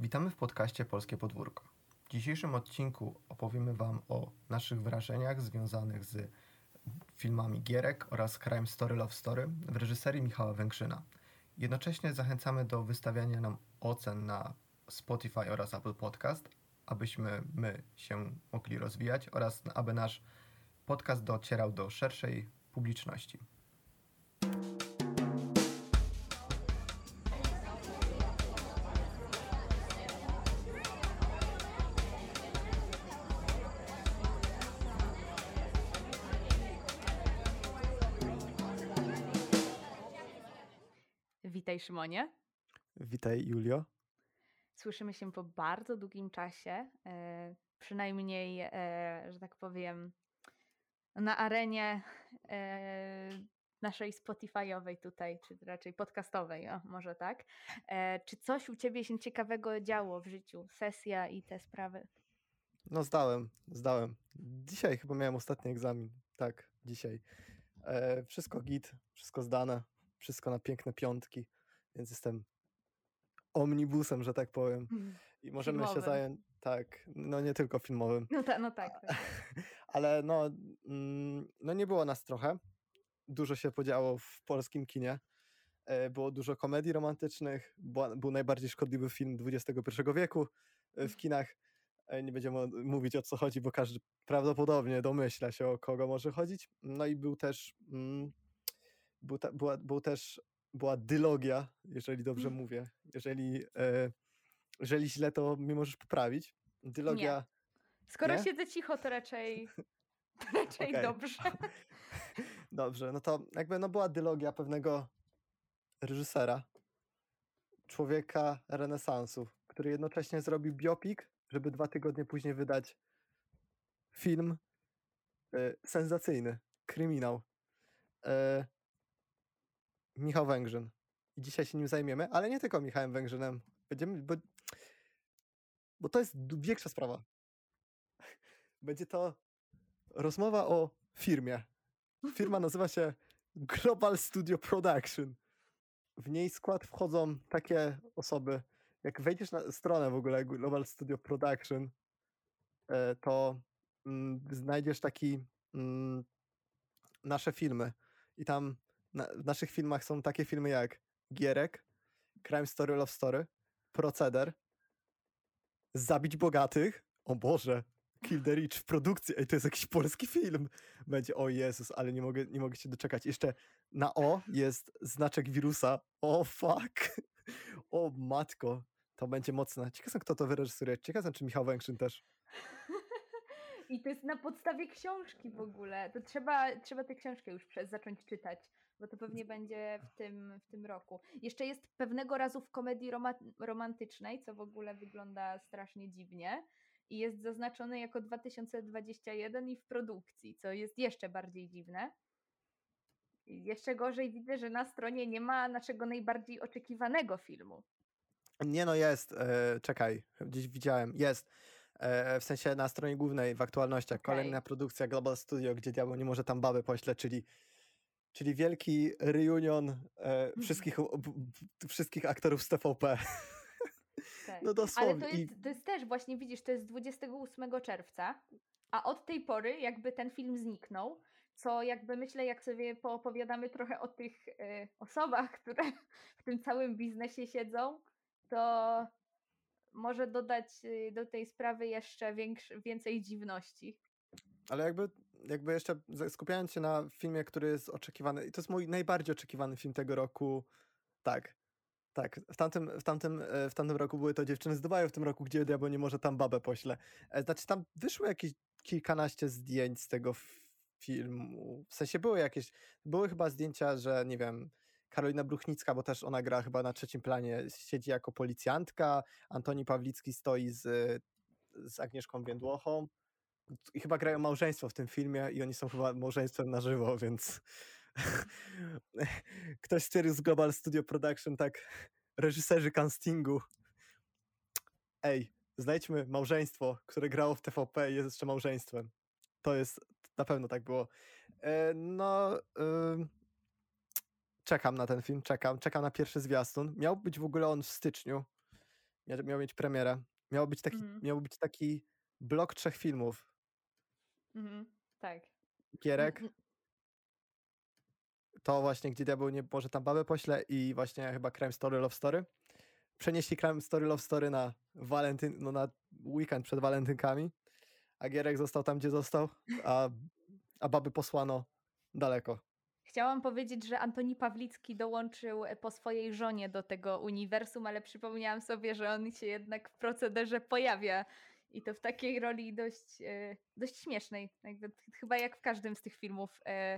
Witamy w podcaście Polskie Podwórko. W dzisiejszym odcinku opowiemy Wam o naszych wrażeniach związanych z filmami Gierek oraz Crime Story Love Story w reżyserii Michała Węgrzyna. Jednocześnie zachęcamy do wystawiania nam ocen na Spotify oraz Apple Podcast, abyśmy my się mogli rozwijać oraz aby nasz podcast docierał do szerszej publiczności. Witaj, Szymonie. Witaj, Julio. Słyszymy się po bardzo długim czasie, przynajmniej, że tak powiem, na arenie naszej Spotify'owej tutaj, czy raczej podcastowej, może tak. Czy coś u Ciebie się ciekawego działo w życiu? Sesja i te sprawy? No zdałem. Dzisiaj chyba miałem ostatni egzamin. Tak, dzisiaj. Wszystko git, wszystko zdane, wszystko na piękne piątki, więc jestem omnibusem, że tak powiem. I możemy się Filmowym. zająć, tak, no nie tylko filmowym, No tak. ale no nie było nas trochę. Dużo się podziało w polskim kinie. Było dużo komedii romantycznych, był najbardziej szkodliwy film XXI wieku w kinach. Nie będziemy mówić, o co chodzi, bo każdy prawdopodobnie domyśla się, o kogo może chodzić. No i był też była dylogia, jeżeli dobrze mówię. Jeżeli źle, to mnie możesz poprawić. Dylogia. Skoro Nie? siedzę cicho, to raczej Okej. dobrze. Dobrze, no to jakby była dylogia pewnego reżysera, człowieka renesansu, który jednocześnie zrobił biopik, żeby 2 tygodnie później wydać film sensacyjny, kryminał. Michał Węgrzyn. I dzisiaj się nim zajmiemy, ale nie tylko Michałem Węgrzynem. Bo to jest większa sprawa. Będzie to rozmowa o firmie. Firma nazywa się Global Studio Production. W jej skład wchodzą takie osoby, jak wejdziesz na stronę w ogóle Global Studio Production, to znajdziesz nasze filmy. I tam w naszych filmach są takie filmy jak Gierek, Crime Story Love Story, Proceder, Zabić Bogatych, o Boże, Kill the Rich w produkcji, ej, to jest jakiś polski film. Będzie, o Jezus, ale nie mogę się doczekać. Jeszcze na O jest znaczek wirusa, o fuck, o matko, to będzie mocne. Ciekaw jestem, kto to wyreżyseruje, ciekaw jestem, czy Michał Węgrzyn też. I to jest na podstawie książki w ogóle. To trzeba tę książkę już zacząć czytać, bo to pewnie będzie w tym roku. Jeszcze jest pewnego razu w komedii romantycznej, co w ogóle wygląda strasznie dziwnie. I jest zaznaczony jako 2021 i w produkcji, co jest jeszcze bardziej dziwne. I jeszcze gorzej widzę, że na stronie nie ma naszego najbardziej oczekiwanego filmu. Nie no, jest, czekaj, gdzieś widziałem, jest. W sensie na stronie głównej w aktualnościach. Okej. Kolejna produkcja Global Studio, gdzie diabeł nie może tam baby pośle, czyli wielki reunion wszystkich aktorów z TVP. Tak. No dosłownie. Ale to jest też właśnie, widzisz, to jest 28 czerwca, a od tej pory jakby ten film zniknął, co jakby myślę, jak sobie poopowiadamy trochę o tych osobach, które w tym całym biznesie siedzą, to może dodać do tej sprawy jeszcze więcej dziwności. Ale jakby jeszcze skupiając się na filmie, który jest oczekiwany, i to jest mój najbardziej oczekiwany film tego roku, tak. W tamtym roku były to Dziewczyny z Dubaju, w tym roku Gdzie diabeł nie może tam babę pośle. Znaczy tam wyszło jakieś kilkanaście zdjęć z tego filmu. W sensie były chyba zdjęcia, że nie wiem, Karolina Bruchnicka, bo też ona gra chyba na trzecim planie, siedzi jako policjantka, Antoni Pawlicki stoi z Agnieszką Więdłochą i chyba grają małżeństwo w tym filmie i oni są chyba małżeństwem na żywo, więc ktoś stwierdził z Global Studio Production, tak, reżyserzy castingu, ej, znajdźmy małżeństwo, które grało w TVP i jest jeszcze małżeństwem. To jest, na pewno tak było. Czekam na ten film, czekam na pierwszy zwiastun. Miał być w ogóle on w styczniu, miał mieć premierę. Mhm. Miał być taki blok 3 filmów. Mhm. Tak. Gierek, N- to właśnie Gdzie Diabeł nie może tam babę pośle i właśnie chyba Crime Story, Love Story. Przenieśli Crime Story, Love Story na na weekend przed walentynkami, a Gierek został tam, gdzie został, a baby posłano daleko. Chciałam powiedzieć, że Antoni Pawlicki dołączył po swojej żonie do tego uniwersum, ale przypomniałam sobie, że on się jednak w procederze pojawia i to w takiej roli dość śmiesznej. Jakby, chyba jak w każdym z tych filmów.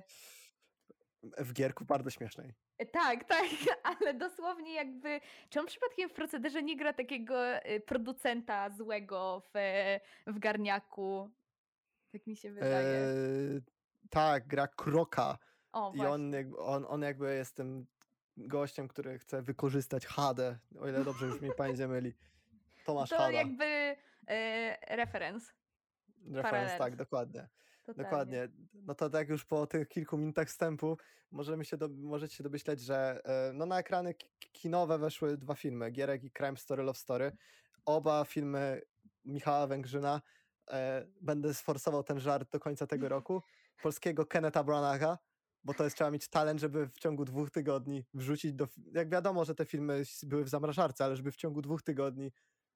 W Gierku bardzo śmiesznej. Tak, tak, ale dosłownie jakby, czy on przypadkiem w procederze nie gra takiego producenta złego w garniaku? Tak mi się wydaje. Tak, gra Kroka. O, I właśnie. on jakby jest tym gościem, który chce wykorzystać Hadę, o ile dobrze już mi pamięć nie myli. Tomasz To Hada. jakby referenc, Reference, tak, paralel, dokładnie. totalnie. Dokładnie. No to tak już po tych kilku minutach wstępu możecie się domyśleć, że no na ekrany kinowe weszły 2 filmy, Gierek i Crime Story, Love Story. Oba filmy Michała Węgrzyna. Będę sforsował ten żart do końca tego roku. Polskiego Kennetha Branaga, bo to jest, trzeba mieć talent, żeby w ciągu 2 tygodni wrzucić jak wiadomo, że te filmy były w zamrażarce, ale żeby w ciągu 2 tygodni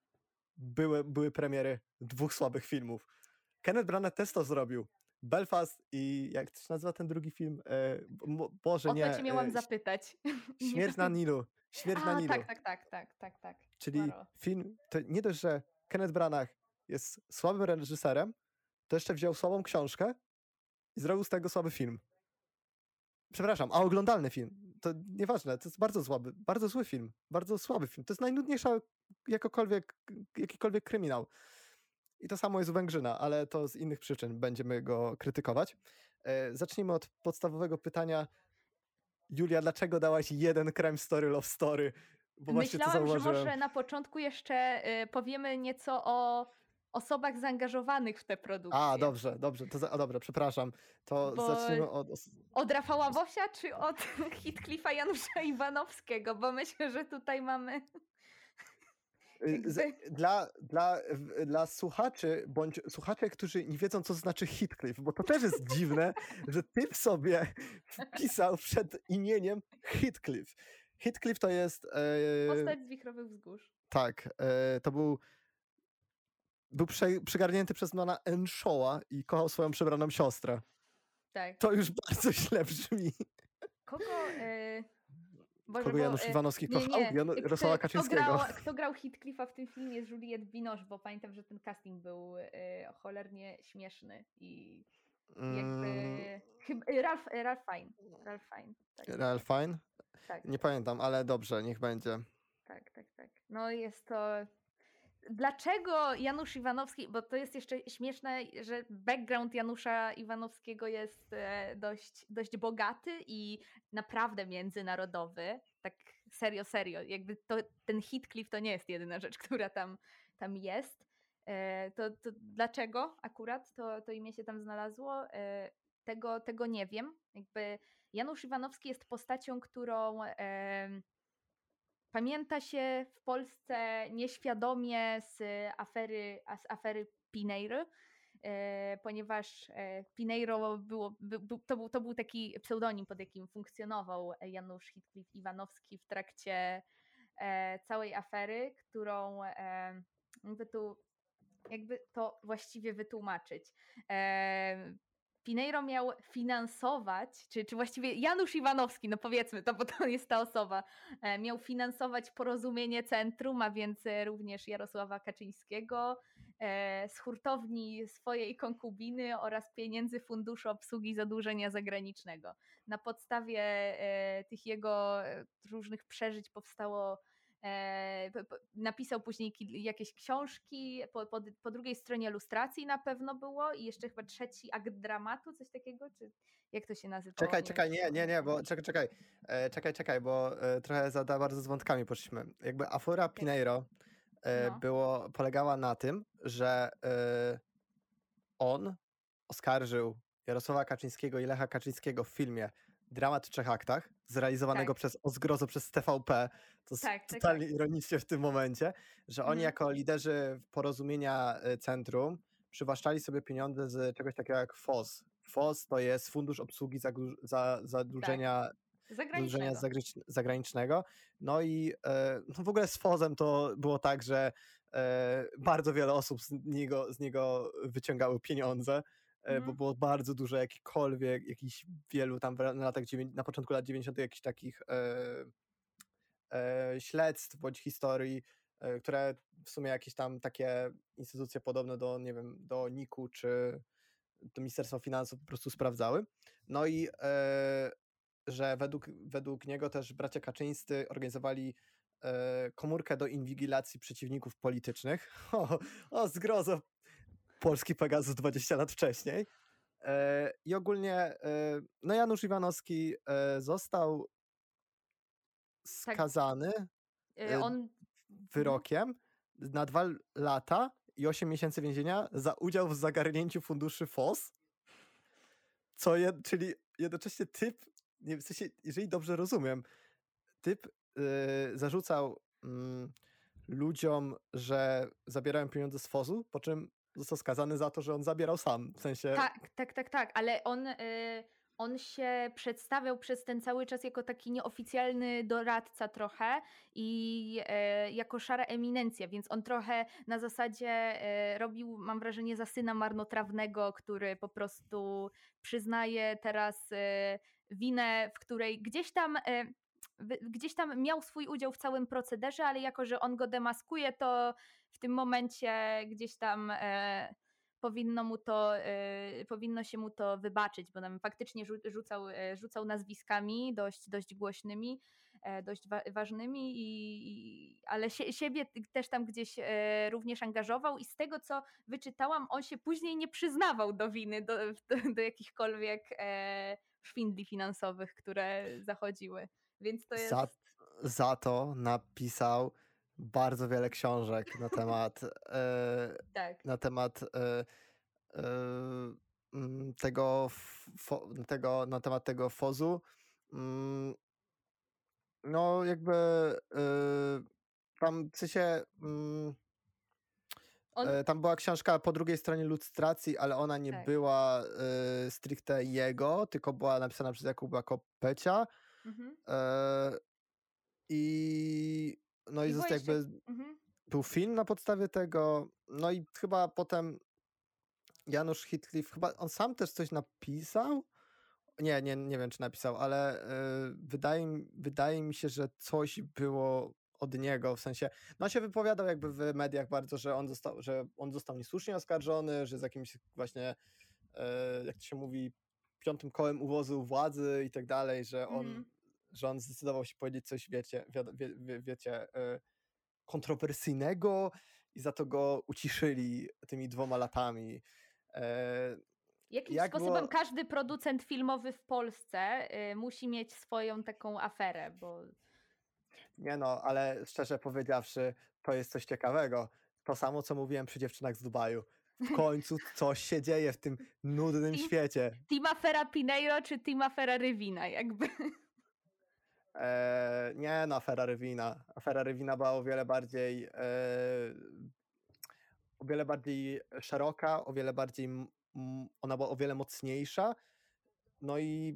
były premiery 2 słabych filmów. Kenneth Branagh też to zrobił. Belfast i jak to się nazywa ten drugi film? Boże, O to nie. cię miałam zapytać. I nie Śmierć na Nilu. Śmierć na A, Nilu. tak. Czyli Poirot. film, to nie dość, że Kenneth Branagh jest słabym reżyserem, to jeszcze wziął słabą książkę i zrobił z tego słaby film. Przepraszam, a oglądalny film. To nieważne, to jest bardzo zły film, bardzo słaby film. To jest najnudniejsza jakikolwiek kryminał. I to samo jest u Węgrzyna, ale to z innych przyczyn będziemy go krytykować. Zacznijmy od podstawowego pytania. Julia, dlaczego dałaś 1 Crime Story, Love Story? Bo właśnie to Myślałam, że zauważyłem. może na początku jeszcze powiemy nieco o osobach zaangażowanych w tę produkcję. A, dobrze. Dobra, przepraszam. To Bo zacznijmy od... Od Rafała Wosia czy od Heathcliffa Janusza Iwanowskiego? Bo myślę, że tutaj mamy jakby... Dla słuchaczy, bądź słuchaczy, którzy nie wiedzą, co znaczy Heathcliff, bo to też jest dziwne, że typ sobie wpisał przed imieniem Heathcliff. Heathcliff to jest... Postać z Wichrowych Wzgórz. Tak, to był przygarnięty przez Nona Enshawa i kochał swoją przebraną siostrę. Tak. To już bardzo źle brzmi. Kogo... Boże, Kogo Janusz Iwanowski kochał? Jarosława Kaczyńskiego. Kto grał Heathcliffa w tym filmie z Juliette Binoche, bo pamiętam, że ten casting był cholernie śmieszny i jakby... Ralph Fiennes. Tak. Ralph Fiennes? Tak, Nie pamiętam, ale dobrze, niech będzie. tak. No jest to... Dlaczego Janusz Iwanowski, bo to jest jeszcze śmieszne, że background Janusza Iwanowskiego jest dość bogaty i naprawdę międzynarodowy, tak serio, jakby ten Heathcliff to nie jest jedyna rzecz, która tam jest. To dlaczego akurat to imię się tam znalazło, tego nie wiem. Jakby Janusz Iwanowski jest postacią, którą pamięta się w Polsce nieświadomie z afery Pinheiro, ponieważ Pinheiro to był taki pseudonim, pod jakim funkcjonował Janusz Heathcliff Iwanowski w trakcie całej afery, którą jakby to właściwie wytłumaczyć. Pinheiro miał finansować, czy właściwie Janusz Iwanowski, no powiedzmy to, bo to jest ta osoba, miał finansować Porozumienie Centrum, a więc również Jarosława Kaczyńskiego, z hurtowni swojej konkubiny oraz pieniędzy Funduszu Obsługi Zadłużenia Zagranicznego. Na podstawie tych jego różnych przeżyć powstało napisał później jakieś książki, po drugiej stronie Lustracji na pewno było i jeszcze chyba 3 akt dramatu, coś takiego, czy jak to się nazywa? Czekaj, nie, bo czekaj, bo trochę za bardzo z wątkami poszliśmy. Jakby afera Pinheiro polegała na tym, że on oskarżył Jarosława Kaczyńskiego i Lecha Kaczyńskiego w filmie Dramat w 3 aktach, zrealizowanego Tak. o zgrozo przez TVP. To jest Tak, tak, totalnie tak. ironicznie w tym momencie, że oni Mhm. jako liderzy Porozumienia Centrum przywłaszczali sobie pieniądze z czegoś takiego jak FOZ. FOZ to jest Fundusz Obsługi Zadłużenia Zagranicznego. zagranicznego. No i no w ogóle z FOZ-em to było tak, że bardzo wiele osób z niego wyciągały pieniądze, bo Mhm. było bardzo dużo jakichś wielu tam na początku lat 90. jakichś takich śledztw bądź historii, które w sumie jakieś tam takie instytucje podobne do, nie wiem, do NIK-u czy do Ministerstwa Finansów po prostu sprawdzały. No i że według niego też bracia Kaczyńscy organizowali komórkę do inwigilacji przeciwników politycznych. O zgrozo, polski Pegasus 20 lat wcześniej. I ogólnie no Janusz Iwanowski został skazany On... wyrokiem na 2 lata i 8 miesięcy więzienia za udział w zagarnięciu funduszy FOS, czyli jednocześnie typ, nie, w sensie, jeżeli dobrze rozumiem, typ zarzucał ludziom, że zabierają pieniądze z FOS-u, po czym został skazany za to, że on zabierał sam, w sensie... Tak, ale on się przedstawiał przez ten cały czas jako taki nieoficjalny doradca trochę i jako szara eminencja, więc on trochę na zasadzie robił, mam wrażenie, za syna marnotrawnego, który po prostu przyznaje teraz winę, w której gdzieś tam miał swój udział w całym procederze, ale jako, że on go demaskuje, to w tym momencie gdzieś tam powinno się mu to wybaczyć, bo nam faktycznie rzucał nazwiskami dość głośnymi, dość ważnymi, ale siebie też tam gdzieś również angażował i z tego, co wyczytałam, on się później nie przyznawał do winy, do jakichkolwiek szwindli finansowych, które zachodziły. Więc to jest... Za to napisał bardzo wiele książek na temat Tak. na temat tego na temat tego FOZ-u. No jakby tam w sensie tam była książka po drugiej stronie lustracji, ale ona nie była stricte jego, tylko była napisana przez Jakuba Kopecia. No i został jakby był film na podstawie tego, no i chyba potem Janusz Heathcliff, chyba on sam też coś napisał? Nie wiem, czy napisał, ale wydaje mi się, że coś było od niego, w sensie, no on się wypowiadał jakby w mediach bardzo, że on został niesłusznie oskarżony, że z jakimś właśnie, jak to się mówi, piątym kołem uwozu władzy i tak dalej, że on zdecydował się powiedzieć coś, wiecie, kontrowersyjnego i za to go uciszyli tymi 2 latami. Jakimś sposobem każdy producent filmowy w Polsce musi mieć swoją taką aferę, bo... Nie no, ale szczerze powiedziawszy, to jest coś ciekawego. To samo, co mówiłem przy Dziewczynach z Dubaju. W końcu coś się dzieje w tym nudnym świecie. Team afera Pinheiro czy Team afera Rywina jakby? Nie no, afera Rywina. Afera Rywina była o wiele bardziej szeroka, ona była o wiele mocniejsza. No i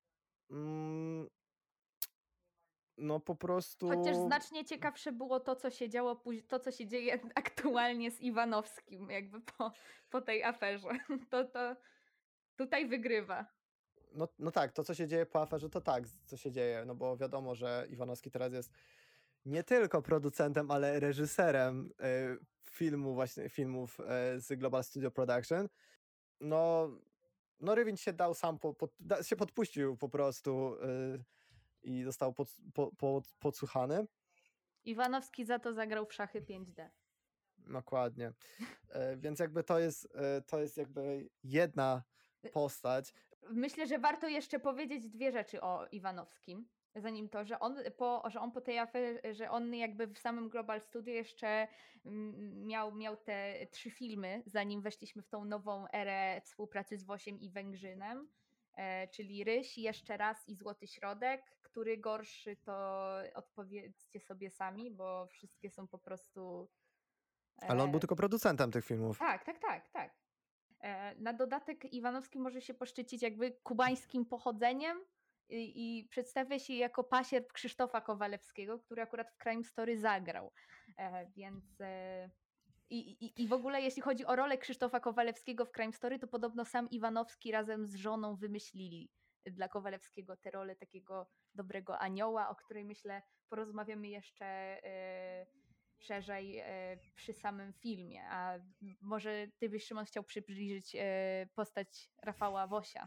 no po prostu... Chociaż znacznie ciekawsze było to, co się działo to, co się dzieje aktualnie z Iwanowskim, jakby po tej aferze. To tutaj wygrywa. No tak, to co się dzieje po aferze, to tak, co się dzieje, no bo wiadomo, że Iwanowski teraz jest nie tylko producentem, ale reżyserem filmów z Global Studio Production. No Rywin się dał sam, się podpuścił po prostu i został podsłuchany. Iwanowski za to zagrał w szachy 5D. Dokładnie. Więc jakby to jest jakby jedna postać. Myślę, że warto jeszcze powiedzieć 2 rzeczy o Iwanowskim. Zanim to, że on po tej aferze, że on jakby w samym Global Studio jeszcze miał te 3 filmy, zanim weszliśmy w tą nową erę współpracy z Wosiem i Węgrzynem. czyli Ryś, Jeszcze raz i Złoty Środek. Który gorszy, to odpowiedzcie sobie sami, bo wszystkie są po prostu... Ale on był E, tylko producentem tych filmów. tak. Na dodatek Iwanowski może się poszczycić jakby kubańskim pochodzeniem i przedstawia się jako pasierb Krzysztofa Kowalewskiego, który akurat w Crime Story zagrał. Więc i w ogóle jeśli chodzi o rolę Krzysztofa Kowalewskiego w Crime Story, to podobno sam Iwanowski razem z żoną wymyślili dla Kowalewskiego tę rolę takiego dobrego anioła, o której myślę porozmawiamy jeszcze szerzej przy samym filmie. A może ty byś, Szymon, chciał przybliżyć postać Rafała Wosia?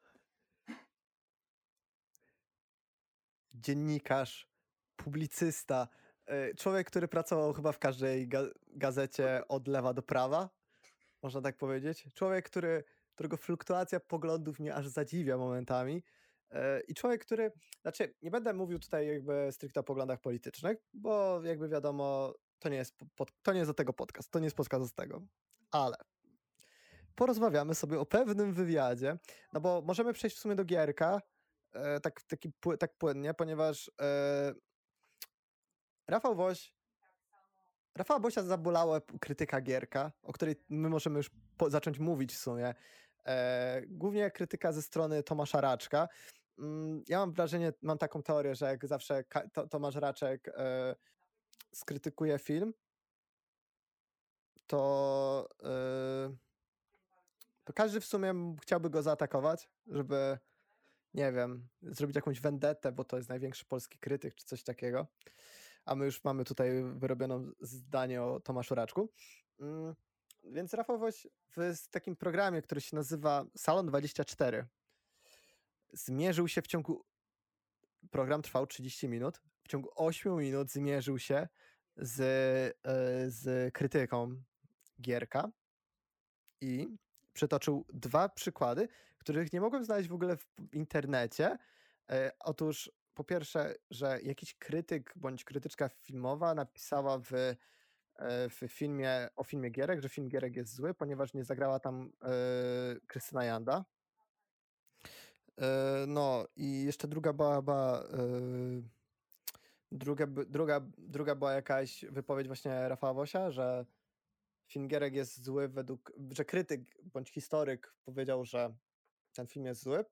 Dziennikarz, publicysta, człowiek, który pracował chyba w każdej gazecie od lewa do prawa, można tak powiedzieć. Człowiek, którego fluktuacja poglądów mnie aż zadziwia momentami. I człowiek, który, znaczy nie będę mówił tutaj jakby stricte o poglądach politycznych, bo jakby wiadomo, to nie jest, to nie jest do tego podcast, to nie jest podcast z tego, ale porozmawiamy sobie o pewnym wywiadzie, no bo możemy przejść w sumie do Gierka, tak płynnie, ponieważ Rafała Bosia zabolała krytyka Gierka, o której my możemy już zacząć mówić w sumie. Głównie krytyka ze strony Tomasza Raczka. Ja mam wrażenie, mam taką teorię, że jak zawsze Tomasz Raczek skrytykuje film, to każdy w sumie chciałby go zaatakować, żeby, nie wiem, zrobić jakąś vendettę, bo to jest największy polski krytyk, czy coś takiego. A my już mamy tutaj wyrobioną zdanie o Tomaszu Raczku. Więc Rafał Woś w takim programie, który się nazywa Salon 24, zmierzył się program trwał 30 minut, w ciągu 8 minut zmierzył się z krytyką Gierka i przytoczył 2 przykłady, których nie mogłem znaleźć w ogóle w internecie. Otóż po pierwsze, że jakiś krytyk bądź krytyczka filmowa napisała w filmie o filmie Gierek, że film Gierek jest zły, ponieważ nie zagrała tam Krystyna Janda. No i jeszcze druga była jakaś wypowiedź właśnie Rafała Wosia, że film Gierek jest zły że krytyk bądź historyk powiedział, że ten film jest zły,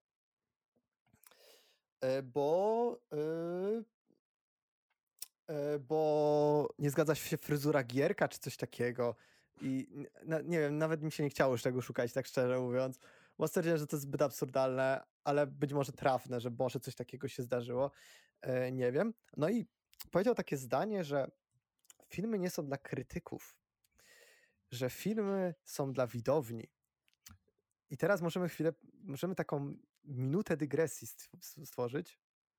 bo nie zgadza się fryzura Gierka czy coś takiego i nie wiem, nawet mi się nie chciało już tego szukać, tak szczerze mówiąc, bo stwierdziłem, że to jest zbyt absurdalne, ale być może trafne, że może coś takiego się zdarzyło, nie wiem. No i powiedział takie zdanie, że filmy nie są dla krytyków, że filmy są dla widowni. I teraz możemy taką minutę dygresji stworzyć.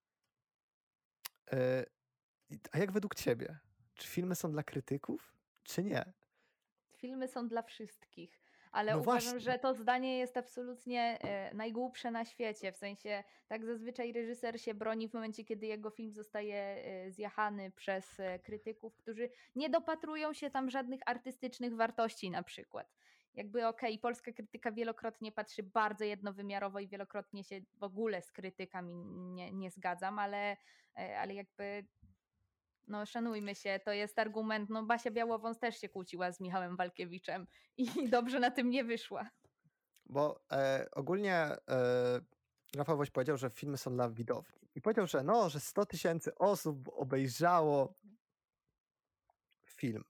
A jak według ciebie? Czy filmy są dla krytyków, czy nie? Filmy są dla wszystkich, ale No uważam, właśnie. że to zdanie jest absolutnie najgłupsze na świecie. W sensie, tak zazwyczaj reżyser się broni w momencie, kiedy jego film zostaje zjechany przez krytyków, którzy nie dopatrują się tam żadnych artystycznych wartości na przykład. Jakby polska krytyka wielokrotnie patrzy bardzo jednowymiarowo i wielokrotnie się w ogóle z krytykami nie zgadzam, ale jakby no szanujmy się, to jest argument, no Basia Białowąs też się kłóciła z Michałem Walkiewiczem i dobrze na tym nie wyszła. Bo ogólnie Rafał Woś powiedział, że filmy są dla widowni. I powiedział, że 100 000 osób obejrzało film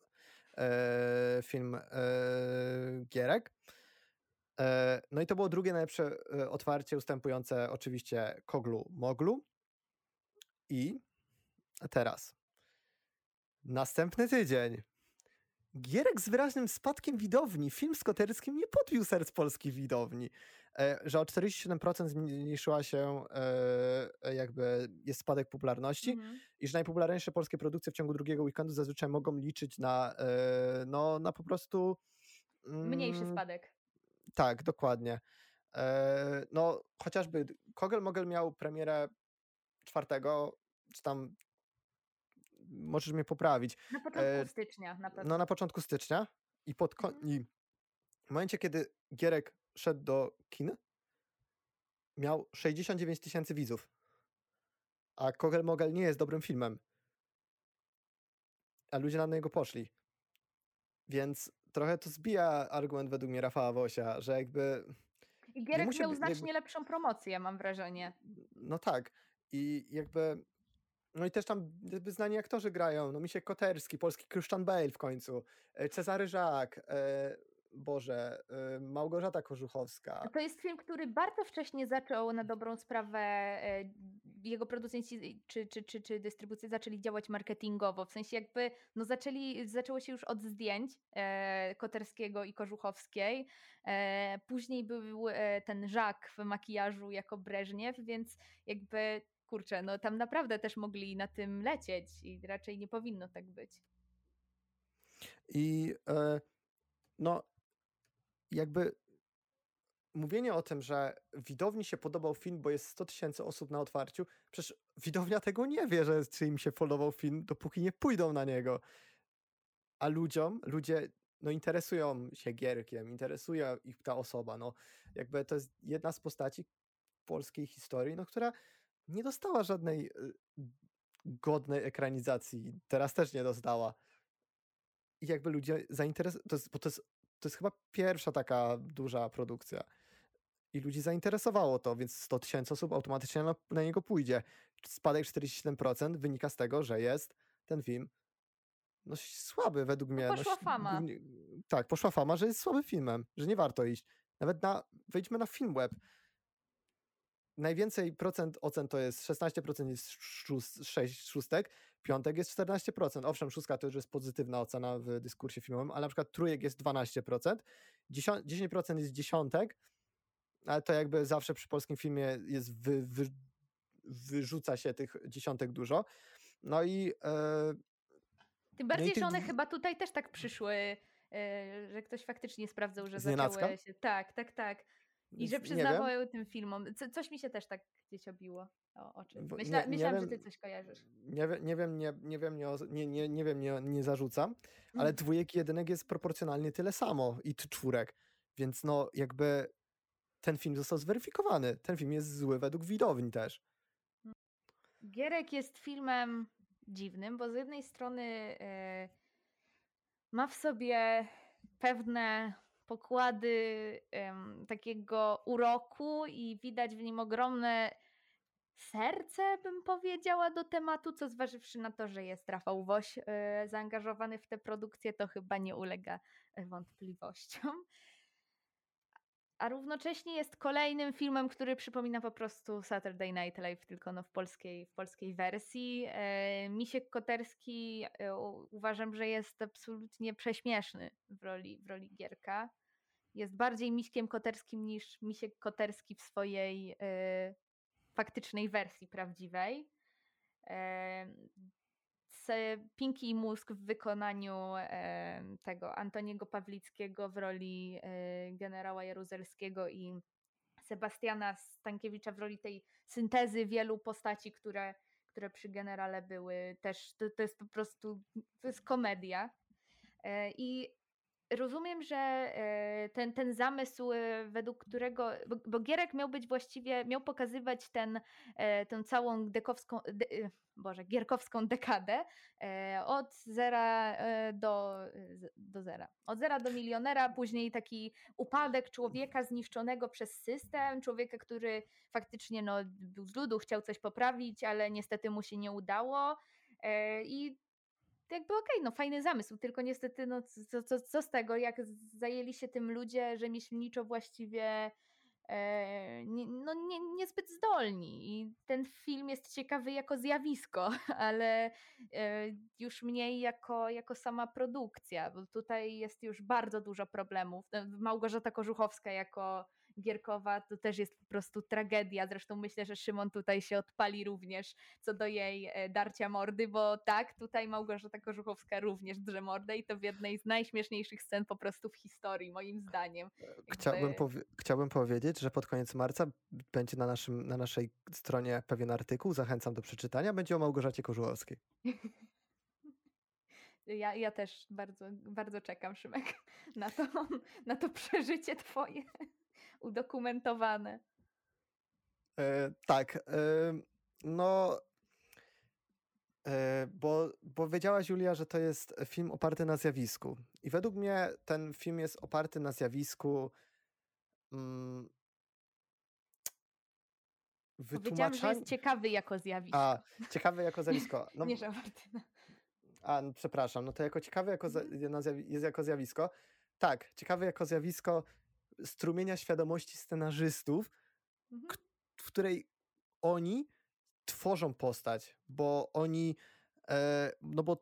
Gierek. No i to było drugie najlepsze otwarcie, ustępujące oczywiście Koglu Moglu. I teraz następny tydzień. Gierek z wyraźnym spadkiem widowni. Film z Koterskim nie podbił serc polskich widowni. Że o 47% zmniejszyła się jest spadek popularności i że najpopularniejsze polskie produkcje w ciągu drugiego weekendu zazwyczaj mogą liczyć na po prostu... Mniejszy spadek. Tak, dokładnie. No chociażby Kogel-Mogel miał premierę 4, czy tam możesz mnie poprawić. Na początku stycznia na pewno. No na początku stycznia i i w momencie, kiedy Gierek szedł do kin, miał 69 000 widzów, a Kogel Mogel nie jest dobrym filmem, a ludzie na niego poszli. Więc trochę to zbija argument według mnie Rafała Wosia, że jakby I nie Gierek musi miał być, znacznie lepszą promocję, mam wrażenie. no tak. I jakby, no i też tam jakby znani aktorzy grają, no Misiek Koterski, polski Christian Bale w końcu, Cezary Żak, Małgorzata Korzuchowska. To jest film, który bardzo wcześnie zaczął na dobrą sprawę, jego producenci czy dystrybucje zaczęli działać marketingowo, w sensie jakby no zaczęło się już od zdjęć Koterskiego i Korzuchowskiej, później był ten Żak w makijażu jako Breżniew, więc jakby kurczę, no tam naprawdę też mogli na tym lecieć i raczej nie powinno tak być. I no jakby mówienie o tym, że widowni się podobał film, bo jest 100 000 osób na otwarciu, przecież widownia tego nie wie, czy im się podobał film, dopóki nie pójdą na niego. A ludzie no interesują się Gierkiem, interesuje ich ta osoba, no jakby to jest jedna z postaci polskiej historii, no która nie dostała żadnej godnej ekranizacji, teraz też nie dostała. I jakby ludzie bo to jest chyba pierwsza taka duża produkcja. I ludzi zainteresowało to, więc 100 000 osób automatycznie na niego pójdzie. Spadek 47% wynika z tego, że jest ten film no słaby według mnie. Poszła fama. Tak, poszła fama, że jest słabym filmem, że nie warto iść. Nawet wejdźmy na Filmweb. Najwięcej procent ocen to jest 16% jest 6 szóstek, piątek jest 14%. Owszem, szóstka to już jest pozytywna ocena w dyskursie filmowym, ale na przykład trójek jest 12%, 10% jest dziesiątek, ale to jakby zawsze przy polskim filmie jest wyrzuca się tych dziesiątek dużo. No i Tym bardziej, tych że one chyba tutaj też tak przyszły, że ktoś faktycznie sprawdzał, że Znienacka? zaczęły się. Tak. I Więc że nie przyznawały tym filmom. Coś mi się też tak gdzieś obiło o oczy. Bo Myślałam, że wiem, ty coś kojarzysz. nie zarzucam, ale dwójek i jedynek jest proporcjonalnie tyle samo i czwórek, więc no jakby ten film został zweryfikowany. Ten film jest zły według widowni też. Gierek jest filmem dziwnym, bo z jednej strony ma w sobie pewne pokłady takiego uroku i widać w nim ogromne serce, bym powiedziała, do tematu, co zważywszy na to, że jest Rafał Woś zaangażowany w tę produkcję, to chyba nie ulega wątpliwościom. A równocześnie jest kolejnym filmem, który przypomina po prostu Saturday Night Live, tylko no w polskiej wersji. Misiek Koterski uważam, że jest absolutnie prześmieszny w roli Gierka. Jest bardziej Miśkiem Koterskim niż Misiek Koterski w swojej faktycznej wersji prawdziwej. Pinki i Mózg w wykonaniu tego Antoniego Pawlickiego w roli generała Jaruzelskiego i Sebastiana Stankiewicza w roli tej syntezy wielu postaci, które przy generale były. Też to jest po prostu, to jest komedia. I rozumiem, że ten zamysł, według którego, bo Gierek miał być właściwie, miał pokazywać tę całą gierkowską dekadę od zera do zera. Od zera do milionera, później taki upadek człowieka zniszczonego przez system, człowieka, który faktycznie no, był z ludu, chciał coś poprawić, ale niestety mu się nie udało i jakby okej, no fajny zamysł, tylko niestety no co z tego, jak zajęli się tym ludzie rzemieślniczo właściwie niezbyt zdolni i ten film jest ciekawy jako zjawisko, ale już mniej jako sama produkcja, bo tutaj jest już bardzo dużo problemów. Małgorzata Korzuchowska jako Gierkowa to też jest po prostu tragedia, zresztą myślę, że Szymon tutaj się odpali również co do jej darcia mordy, bo tak, tutaj Małgorzata Korzuchowska również drze mordę i to w jednej z najśmieszniejszych scen po prostu w historii, moim zdaniem. Chciałbym powiedzieć, że pod koniec marca będzie na naszej stronie pewien artykuł, zachęcam do przeczytania, będzie o Małgorzacie Korzuchowskiej. Ja też bardzo, bardzo czekam, Szymek, na to przeżycie twoje udokumentowane. Tak. No, bo wiedziałaś, Julia, że to jest film oparty na zjawisku. I według mnie ten film jest oparty na zjawisku mm, Powiedziałam, że wytłumaczania. jest ciekawy jako zjawisko. A, ciekawe jako zjawisko. No, Nie, że Martyna. no, przepraszam, no to jako ciekawe Mhm. jest jako zjawisko. Tak, ciekawe jako zjawisko strumienia świadomości scenarzystów, Mhm. w której oni tworzą postać, bo oni, no bo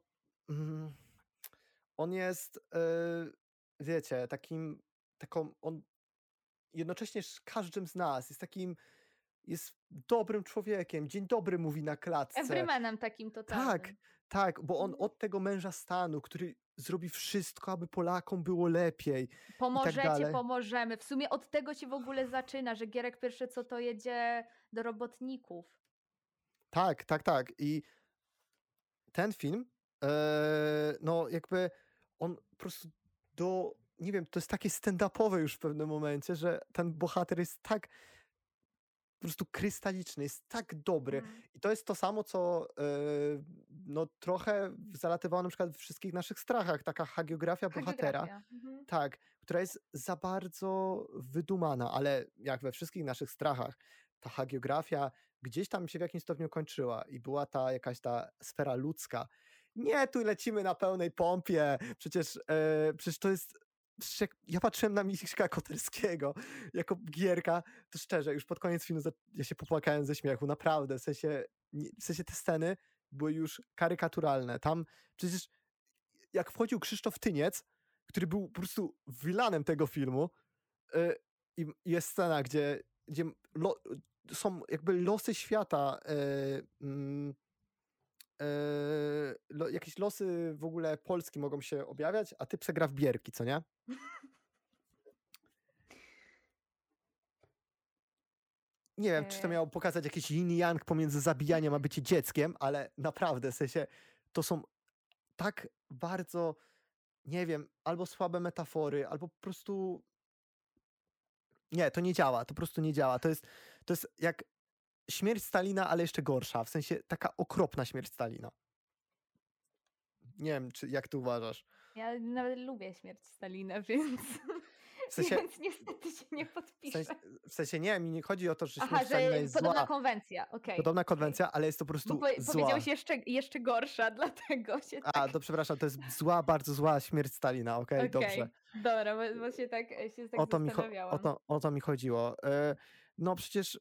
on jest, wiecie, on jednocześnie z każdym z nas jest dobrym człowiekiem, dzień dobry mówi na klatce. Everymanem takim Tak, totalnym. tak, bo on Mhm. od tego męża stanu, który zrobi wszystko, aby Polakom było lepiej i tak Pomożecie, dalej. pomożemy. W sumie od tego się w ogóle zaczyna, że Gierek pierwsze co to jedzie do robotników. Tak, tak, tak. I ten film, no jakby on po prostu nie wiem, to jest takie stand-upowe już w pewnym momencie, że ten bohater jest tak po prostu krystaliczny, jest tak dobry. Mhm. I to jest to samo, co no trochę zalatywało na przykład w wszystkich naszych strachach, taka hagiografia bohatera. Hagiografia. Mhm. Tak, która jest za bardzo wydumana, ale jak we wszystkich naszych strachach, ta hagiografia gdzieś tam się w jakimś stopniu kończyła i była jakaś ta sfera ludzka. Nie, tu lecimy na pełnej pompie, przecież to jest, ja patrzyłem na Miśka Koterskiego jako Gierka, to szczerze, już pod koniec filmu ja się popłakałem ze śmiechu, naprawdę, w sensie te sceny były już karykaturalne. Tam przecież jak wchodził Krzysztof Tyniec, który był po prostu vilanem tego filmu, i jest scena, gdzie są jakby losy świata, jakieś losy w ogóle Polski mogą się objawiać, a ty przegra w bierki, co nie? Nie wiem, czy to miało pokazać jakiś yin-yang pomiędzy zabijaniem a bycie dzieckiem, ale naprawdę, w sensie, to są tak bardzo, nie wiem, albo słabe metafory, albo po prostu nie, to nie działa, to po prostu nie działa. To jest jak śmierć Stalina, ale jeszcze gorsza, w sensie taka okropna śmierć Stalina. Nie wiem, jak ty uważasz. Ja nawet lubię śmierć Stalina, więc, W sensie, więc niestety się nie podpiszę. w sensie nie, mi nie chodzi o to, że Aha, śmierć Stalina że jest podobna zła. konwencja, okej. Podobna konwencja, ale jest to po Bo prostu zła. powiedziałeś jeszcze gorsza, dlatego się tak... To przepraszam, to jest zła, bardzo zła śmierć Stalina, okej, dobrze. Dobra, bo się tak zastanawiałam. O to mi chodziło. No przecież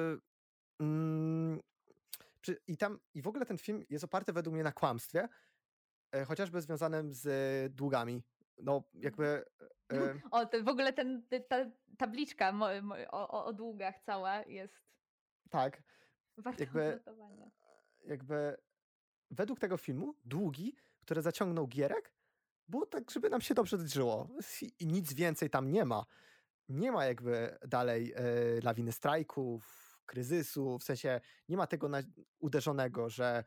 i w ogóle ten film jest oparty według mnie na kłamstwie, chociażby związanym z długami. No jakby... W ogóle ta tabliczka o długach cała jest Tak. warta odnotowania. Jakby według tego filmu długi, które zaciągnął Gierek, było tak, żeby nam się dobrze żyło. I nic więcej tam nie ma. Nie ma jakby dalej lawiny strajków, kryzysu, w sensie nie ma tego uderzonego, że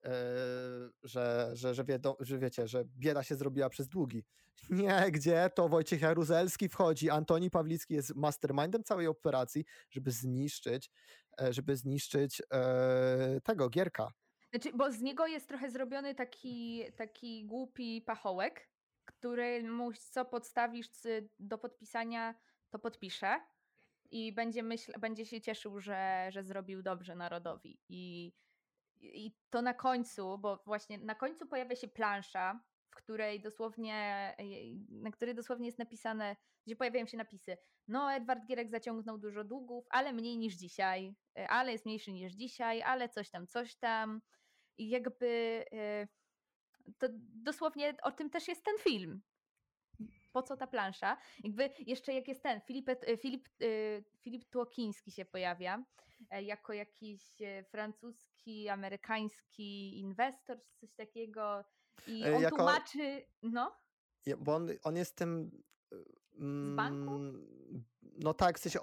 wiecie, że bieda się zrobiła przez długi. Nie, gdzie to Wojciech Jaruzelski wchodzi, Antoni Pawlicki jest mastermindem całej operacji, żeby zniszczyć tego Gierka. Znaczy, bo z niego jest trochę zrobiony taki głupi pachołek, który co podstawisz do podpisania, to podpisze i będzie się cieszył, że zrobił dobrze narodowi. I to na końcu, bo właśnie na końcu pojawia się plansza, na której dosłownie jest napisane, gdzie pojawiają się napisy: no, Edward Gierek zaciągnął dużo długów, ale mniej niż dzisiaj, ale jest mniejszy niż dzisiaj, ale coś tam. I jakby to dosłownie o tym też jest ten film. Po co ta plansza? Jakby jeszcze jak jest Filip Tłokiński się pojawia jako jakiś francuski, amerykański inwestor czy coś takiego i on tłumaczy, no? Bo on jest tym... Z banku? No tak, w sensie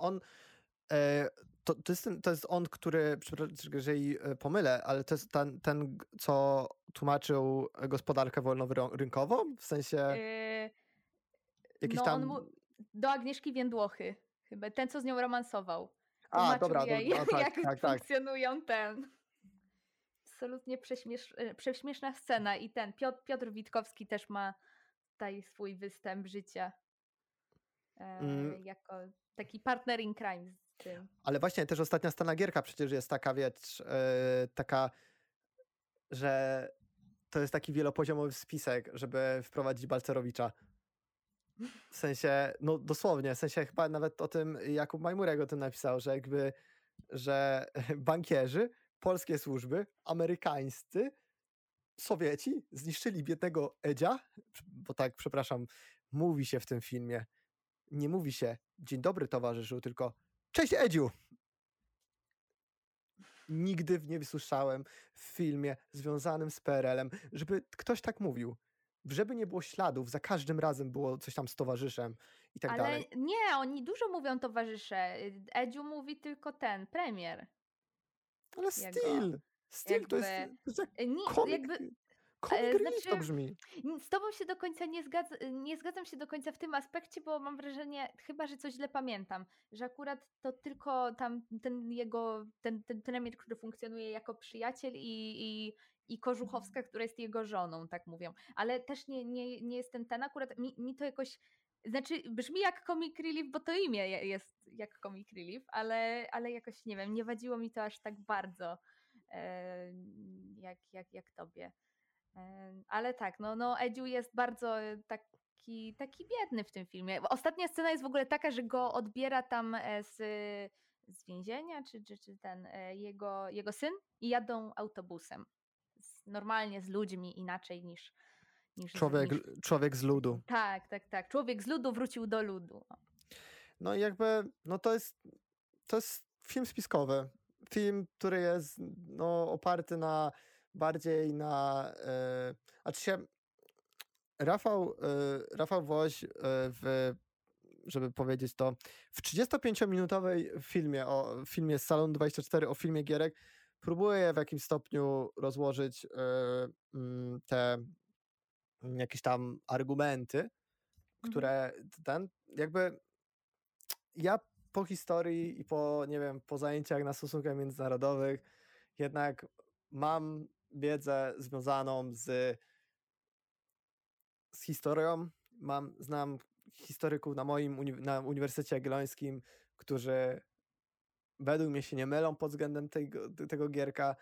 to jest on, który, przepraszam, jeżeli pomylę, ale to jest ten co tłumaczył gospodarkę wolnorynkową, w sensie jakiś tam... do Agnieszki Więdłochy chyba, ten co z nią romansował. tłumaczył dobra, jej, no tak, jak tak. funkcjonują absolutnie prześmieszna scena i Piotr Witkowski też ma tutaj swój występ życia Mm, jako taki partner in crime z tym. ale właśnie też ostatnia scena gierka przecież jest taka, wiesz, taka, że to jest taki wielopoziomowy spisek, żeby wprowadzić Balcerowicza. W sensie, no dosłownie, w sensie chyba nawet o tym Jakub Majmurek o tym napisał, że jakby, że bankierzy, polskie służby, amerykańscy, Sowieci zniszczyli biednego Edzia, bo tak, przepraszam, mówi się w tym filmie, nie mówi się dzień dobry towarzyszu, tylko cześć Edziu! Nigdy nie wysłyszałem w filmie związanym z PRL-em, żeby ktoś tak mówił. Żeby nie było śladów, za każdym razem było coś tam z towarzyszem i tak Ale dalej. nie, oni dużo mówią towarzysze. Edziu mówi tylko premier. Ale Jego, Steel to jest jak komik, comic relief to brzmi. Z tobą się do końca nie zgadzam się do końca w tym aspekcie, bo mam wrażenie, chyba że coś źle pamiętam, że akurat to tylko tam ten premier, który funkcjonuje jako przyjaciel i Kożuchowska, która jest jego żoną, tak mówią. Ale też nie jest ten akurat, mi to jakoś, znaczy brzmi jak comic relief, bo to imię jest jak comic relief, ale jakoś nie wiem, nie wadziło mi to aż tak bardzo jak tobie. Ale tak, no Edziu jest bardzo taki biedny w tym filmie. Ostatnia scena jest w ogóle taka, że go odbiera tam z więzienia, czy ten jego syn i jadą autobusem. Normalnie z ludźmi, inaczej niż Człowiek z ludu. Tak. Człowiek z ludu wrócił do ludu. No i jakby, no to jest film spiskowy. Film, który jest oparty bardziej na... Znaczy się Rafał Woś żeby powiedzieć to, w 35-minutowej filmie z Salonu 24 o filmie Gierek próbuje w jakimś stopniu rozłożyć te jakieś tam argumenty, które jakby ja po historii i po, nie wiem, po zajęciach na stosunkach międzynarodowych jednak mam wiedzę związaną z historią. Znam historyków na Uniwersytecie Jagiellońskim, którzy według mnie się nie mylą pod względem tego Gierka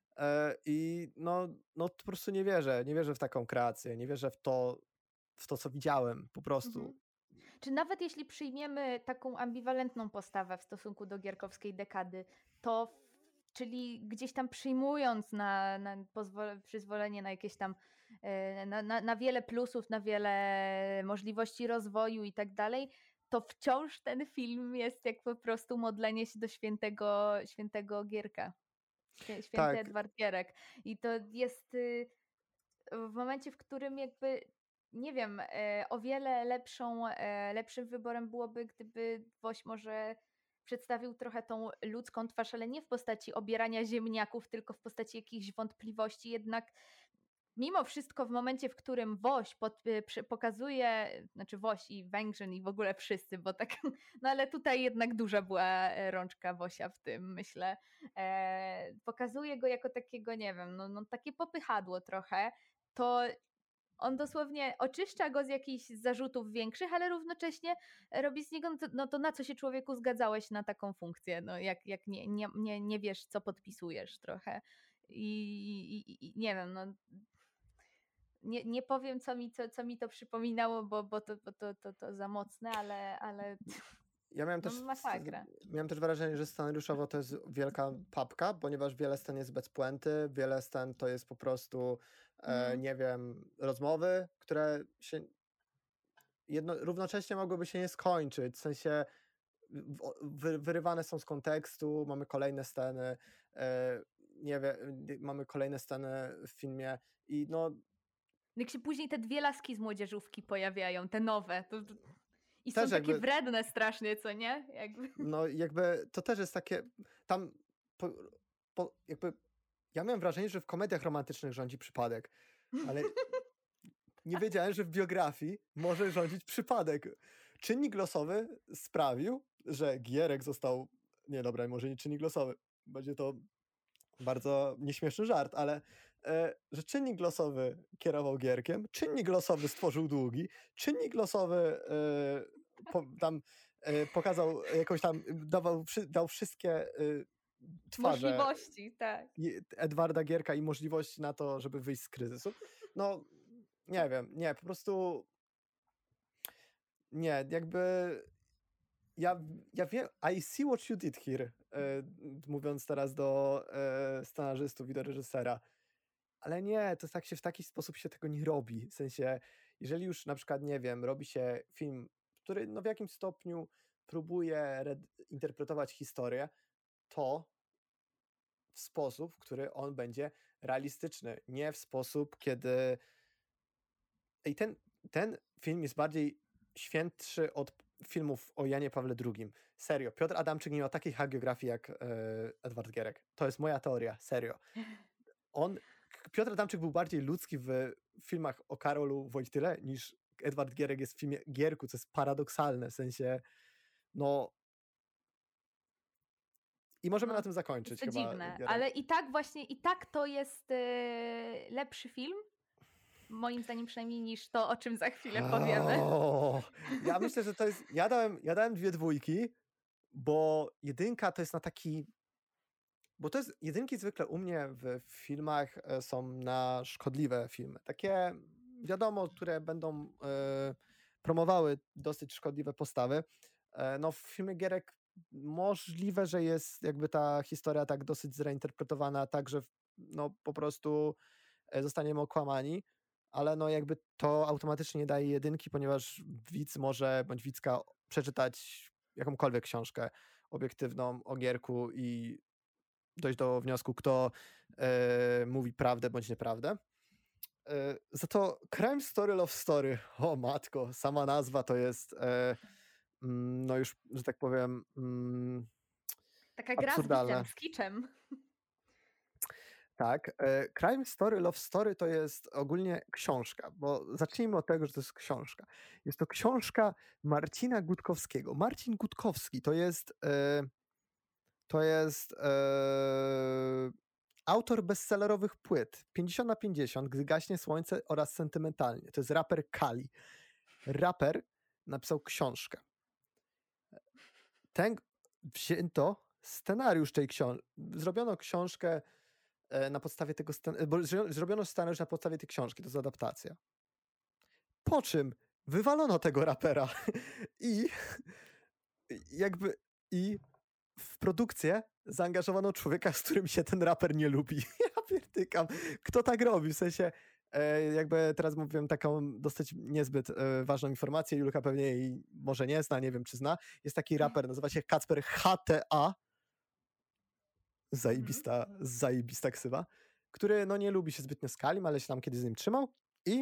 i no po prostu nie wierzę w taką kreację, nie wierzę w to, co widziałem po prostu. Czy nawet jeśli przyjmiemy taką ambiwalentną postawę w stosunku do gierkowskiej dekady, to czyli gdzieś tam przyjmując na przyzwolenie na jakieś tam na wiele plusów, na wiele możliwości rozwoju i tak dalej, to wciąż ten film jest jak po prostu modlenie się do świętego Gierka. Święty Tak. Edward Gierek. I to jest w momencie, w którym jakby nie wiem, o wiele lepszym wyborem byłoby, gdyby Woś może przedstawił trochę tą ludzką twarz, ale nie w postaci obierania ziemniaków, tylko w postaci jakichś wątpliwości. Jednak mimo wszystko w momencie, w którym Woś pokazuje, znaczy Woś i Węgrzyn i w ogóle wszyscy, bo tak, no ale tutaj jednak duża była rączka Wosia w tym, myślę. Pokazuje go jako takiego, nie wiem, no takie popychadło trochę, to on dosłownie oczyszcza go z jakichś zarzutów większych, ale równocześnie robi z niego, no to na co się człowieku zgadzałeś na taką funkcję, no jak nie wiesz, co podpisujesz trochę. I nie wiem, no nie powiem, co mi to przypominało, bo to za mocne, ale Ja miałem też wrażenie, że scenariuszowo to jest wielka papka, ponieważ wiele scen jest bez puenty, wiele scen to jest po prostu, nie wiem, rozmowy, które się równocześnie mogłyby się nie skończyć, w sensie wyrywane są z kontekstu, mamy kolejne sceny, nie wiem, mamy kolejne sceny w filmie i jak się później te dwie laski z młodzieżówki pojawiają, te nowe, i też są takie wredne strasznie, co nie? No jakby to też jest takie, tam jakby ja miałem wrażenie, że w komediach romantycznych rządzi przypadek, ale nie wiedziałem, że w biografii może rządzić przypadek. Czynnik losowy sprawił, że Gierek został Nie, dobra, może nie czynnik losowy. Będzie to bardzo nieśmieszny żart, ale że czynnik losowy kierował Gierkiem, czynnik losowy stworzył długi, czynnik losowy pokazał jakąś tam, dał wszystkie twarze Możliwości, tak. Edwarda Gierka i możliwości na to, żeby wyjść z kryzysu. No, nie wiem, nie, po prostu nie, jakby ja wiem, I see what you did here, mówiąc teraz do scenarzystów i do reżysera, ale nie, to tak się w taki sposób się tego nie robi. W sensie, jeżeli już na przykład, nie wiem, robi się film, który no w jakimś stopniu próbuje interpretować historię, to w sposób, w który on będzie realistyczny, nie w sposób, kiedy ten film jest bardziej świętszy od filmów o Janie Pawle II. Serio, Piotr Adamczyk nie miał takiej hagiografii jak Edward Gierek. To jest moja teoria, serio. Piotr Adamczyk był bardziej ludzki w filmach o Karolu Wojtyle niż Edward Gierek jest w filmie Gierku, co jest paradoksalne, w sensie no i możemy na tym zakończyć To chyba. dziwne, Gierek. ale i tak właśnie, i tak to jest lepszy film, moim zdaniem przynajmniej, niż to, o czym za chwilę powiemy. Ja myślę, że to jest, ja dałem 2 dwójki, bo 1 to jest na taki, bo to jest, 1 zwykle u mnie w filmach są na szkodliwe filmy, takie wiadomo, które będą promowały dosyć szkodliwe postawy. No w filmie Gierek możliwe, że jest jakby ta historia tak dosyć zreinterpretowana, tak, że no po prostu zostaniemy okłamani, ale no jakby to automatycznie nie daje 1, ponieważ widz może, bądź widzka przeczytać jakąkolwiek książkę obiektywną o Gierku i dojść do wniosku, kto mówi prawdę bądź nieprawdę. Za to Crime Story, Love Story, o matko, sama nazwa to jest no już, że tak powiem Taka gra z absurdalne. widzem, z kiczem. Tak, Crime Story, Love Story to jest ogólnie książka, bo zacznijmy od tego, że to jest książka. Jest to książka Marcina Gutkowskiego. Marcin Gutkowski to jest autor bestsellerowych płyt 50/50, Gdy gaśnie słońce oraz Sentymentalnie. To jest raper Kali. Raper napisał książkę. Wzięto scenariusz tej książki. Zrobiono książkę na podstawie tego, zrobiono scenariusz na podstawie tej książki, to jest adaptacja. Po czym wywalono tego rapera i w produkcję zaangażowano człowieka, z którym się ten raper nie lubi. Ja pierdykam. Kto tak robi? W sensie jakby teraz mówiłem taką dosyć niezbyt ważną informację, Julka pewnie jej może nie zna, nie wiem czy zna. Jest taki raper, nazywa się Kacper HTA. Zajebista ksywa, który no nie lubi się zbytnio z Kalim, ale się tam kiedyś z nim trzymał i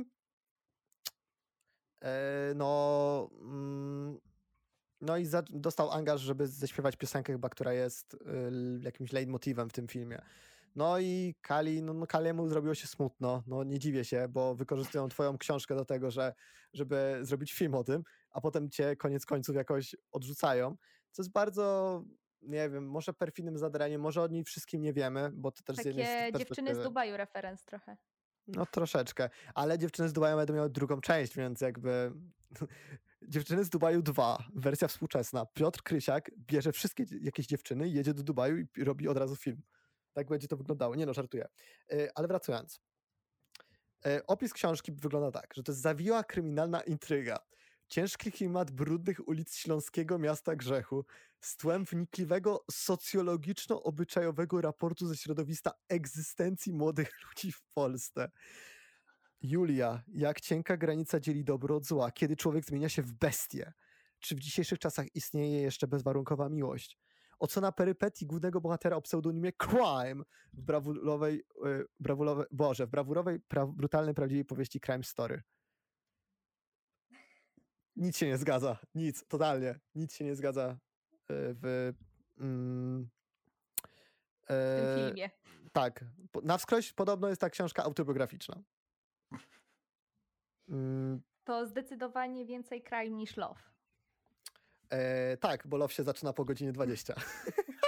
dostał angaż, żeby zaśpiewać piosenkę chyba, która jest jakimś leitmotivem w tym filmie. No i Kaliemu zrobiło się smutno, no nie dziwię się, bo wykorzystują twoją książkę do tego, żeby zrobić film o tym, a potem cię koniec końców jakoś odrzucają, co jest bardzo, nie wiem, może perfidnym zadraniem, może o niej wszystkim nie wiemy, bo to też z jednej Takie Dziewczyny z Dubaju referenc trochę. No troszeczkę, ale Dziewczyny z Dubaju będą miały drugą część, więc jakby Dziewczyny z Dubaju 2, wersja współczesna. Piotr Krysiak bierze wszystkie jakieś dziewczyny, jedzie do Dubaju i robi od razu film. Tak będzie to wyglądało. Nie no, żartuję. Ale wracając. Opis książki wygląda tak, że to jest zawiła kryminalna intryga. Ciężki klimat brudnych ulic śląskiego miasta grzechu z tłem wnikliwego socjologiczno-obyczajowego raportu ze środowiska egzystencji młodych ludzi w Polsce. Julia, jak cienka granica dzieli dobro od zła, kiedy człowiek zmienia się w bestię? Czy w dzisiejszych czasach istnieje jeszcze bezwarunkowa miłość? Ocena perypetii głównego bohatera o pseudonimie Crime w brawurowej, brutalnej, prawdziwej powieści Crime Story. Nic się nie zgadza. Nic, totalnie. Nic się nie zgadza w tym filmie. Tak. Na wskroś podobno jest ta książka autobiograficzna. To zdecydowanie więcej crime niż love. Tak, bo love się zaczyna po godzinie 20.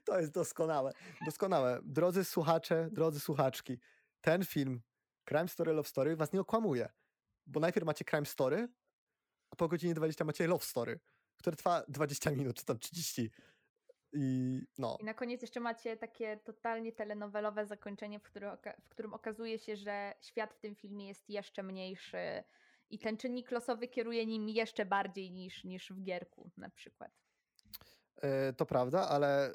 To jest doskonałe. Doskonałe. Drodzy słuchacze, drodzy słuchaczki, ten film Crime Story, Love Story was nie okłamuje, bo najpierw macie Crime Story, a po godzinie 20 macie Love Story, które trwa 20 minut, czy tam 30. I no. I na koniec jeszcze macie takie totalnie telenowelowe zakończenie, w którym okazuje się, że świat w tym filmie jest jeszcze mniejszy i ten czynnik losowy kieruje nim jeszcze bardziej niż w Gierku na przykład. To prawda, ale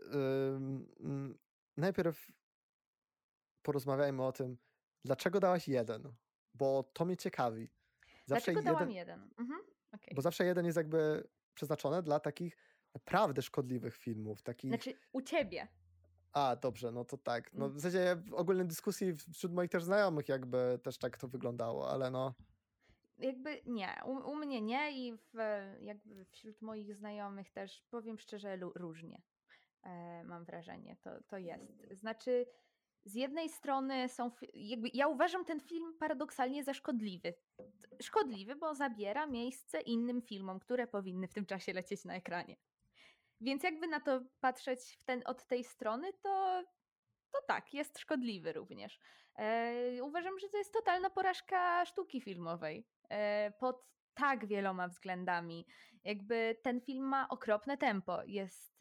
najpierw porozmawiajmy o tym, dlaczego dałaś 1, bo to mnie ciekawi. Dlaczego dałam 1? Okay. Bo zawsze 1 jest jakby przeznaczone dla takich naprawdę szkodliwych filmów. Takich... Znaczy u ciebie. A, dobrze, no to tak. No, w zasadzie w ogólnej dyskusji wśród moich też znajomych jakby też tak to wyglądało, ale no... Jakby nie, u mnie nie i jakby wśród moich znajomych też, powiem szczerze, różnie mam wrażenie, to jest. Znaczy z jednej strony jakby ja uważam ten film paradoksalnie za szkodliwy. Szkodliwy, bo zabiera miejsce innym filmom, które powinny w tym czasie lecieć na ekranie. Więc jakby na to patrzeć od tej strony, to tak, jest szkodliwy również. Uważam, że to jest totalna porażka sztuki filmowej pod tak wieloma względami. Jakby ten film ma okropne tempo. Jest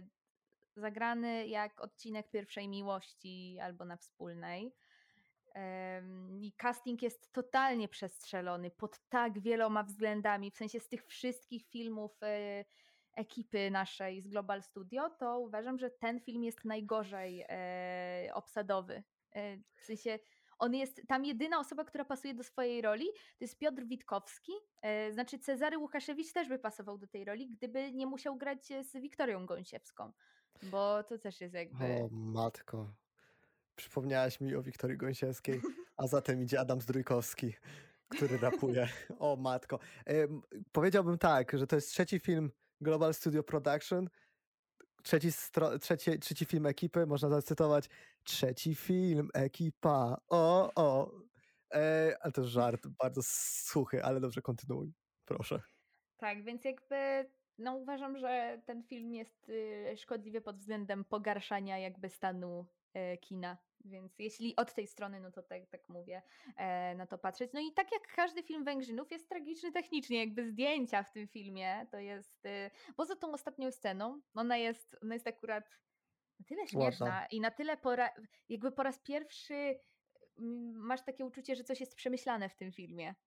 zagrany jak odcinek Pierwszej Miłości albo Na Wspólnej. I casting jest totalnie przestrzelony pod tak wieloma względami. W sensie z tych wszystkich filmów ekipy naszej z Global Studio, to uważam, że ten film jest najgorzej obsadowy. W sensie tam jedyna osoba, która pasuje do swojej roli, to jest Piotr Witkowski. Znaczy Cezary Łukaszewicz też by pasował do tej roli, gdyby nie musiał grać z Wiktorią Gąsiewską. Bo to też jest jakby... O matko, przypomniałaś mi o Wiktorii Gąsiewskiej, a zatem idzie Adam Zdrójkowski, który rapuje. O matko. Powiedziałbym tak, że to jest trzeci film Global Studio Production, trzeci film ekipy, można zacytować, trzeci film ekipa, ale to żart, bardzo suchy, ale dobrze, kontynuuj, proszę. Tak, więc jakby uważam, że ten film jest szkodliwy pod względem pogarszania jakby stanu kina, więc jeśli od tej strony, no to tak mówię, na to patrzeć. No i tak jak każdy film Węgrzynów jest tragiczny technicznie, jakby zdjęcia w tym filmie, to jest, poza tą ostatnią sceną, ona jest akurat na tyle śmieszna Ładna. i na tyle jakby po raz pierwszy masz takie uczucie, że coś jest przemyślane w tym filmie.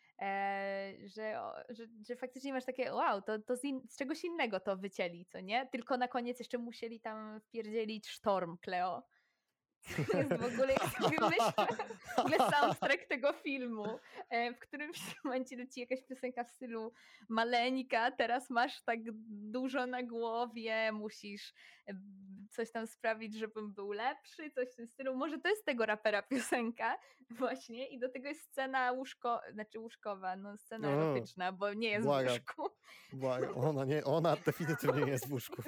Że faktycznie masz takie wow, to z czegoś innego to wycięli, co nie? Tylko na koniec jeszcze musieli tam wpierdzielić Sztorm Cleo. To jest w ogóle, jak sobie myślę, w ogóle soundtrack tego filmu, w którym w momencie leci jakaś piosenka w stylu maleńka, teraz masz tak dużo na głowie, musisz coś tam sprawić, żebym był lepszy, coś w tym stylu. Może to jest tego rapera piosenka właśnie i do tego jest scena łóżkowa, scena erotyczna, bo nie jest w łóżku. Ona definitywnie nie jest w łóżku.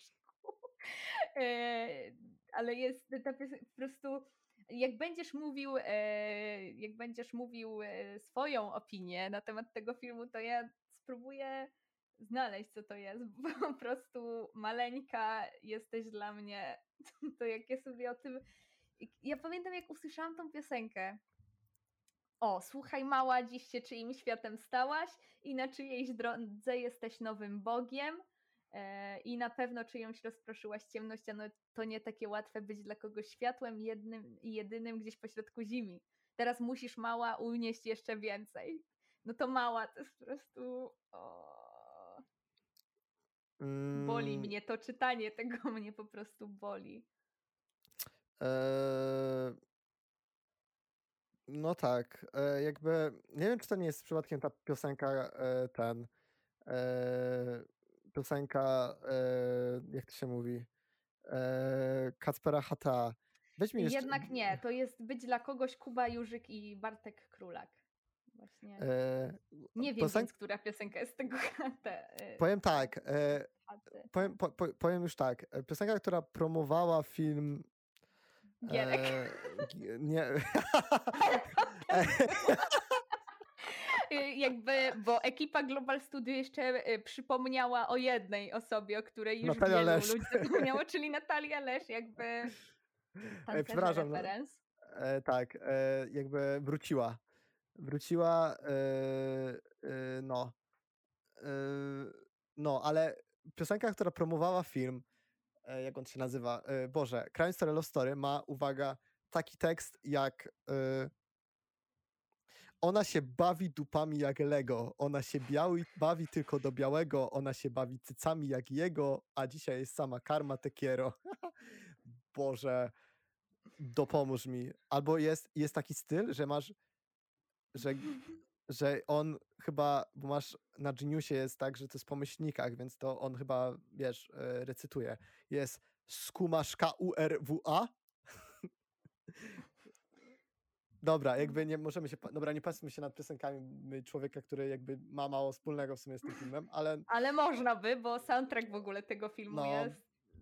Ale jest ta piosenka po prostu, jak będziesz mówił swoją opinię na temat tego filmu, to ja spróbuję znaleźć, co to jest, bo po prostu maleńka jesteś dla mnie, to jak ja sobie o tym, ja pamiętam jak usłyszałam tą piosenkę, słuchaj mała, dziś się czyim światem stałaś i na czyjejś drodze jesteś nowym Bogiem, i na pewno czyjąś rozproszyłaś ciemność, a to nie takie łatwe być dla kogoś światłem jednym i jedynym gdzieś pośrodku zimi. Teraz musisz mała unieść jeszcze więcej. No to mała, to jest po prostu boli mnie to czytanie tego, mnie po prostu boli. No tak, jakby nie wiem, czy to nie jest przypadkiem ta piosenka piosenka, jak to się mówi, Kacpera Hata. Jednak nie, to jest Być dla kogoś Kuba Jurzyk i Bartek Królak. Właśnie. Nie wiem więc, która piosenka jest tego Hate. Powiem tak, powiem już tak, piosenka, która promowała film Gierek. Nie. Bo ekipa Global Studio jeszcze przypomniała o jednej osobie, o której już Natalia wielu Lesz. ludzi zapomniało, czyli Natalia Lesz, jakby tancerze Przepraszam, referenc. tak, jakby wróciła. Wróciła, no. No, ale piosenka, która promowała film, jak on się nazywa? Boże, Crime Story Love Story ma, uwaga, taki tekst jak ona się bawi dupami jak Lego, ona się bawi tylko do białego, ona się bawi cycami jak jego, a dzisiaj jest sama karma tekiero. Boże, dopomóż mi. Albo jest taki styl, że masz, że on chyba, bo masz na Geniusie jest tak, że to jest po myślnikach, więc to on chyba, wiesz, recytuje. Jest skumasz KURWA. Dobra, jakby nie możemy się, dobra, nie patrzmy się nad piosenkami człowieka, który jakby ma mało wspólnego w sumie z tym filmem, ale Ale można by, bo soundtrack w ogóle tego filmu no, jest.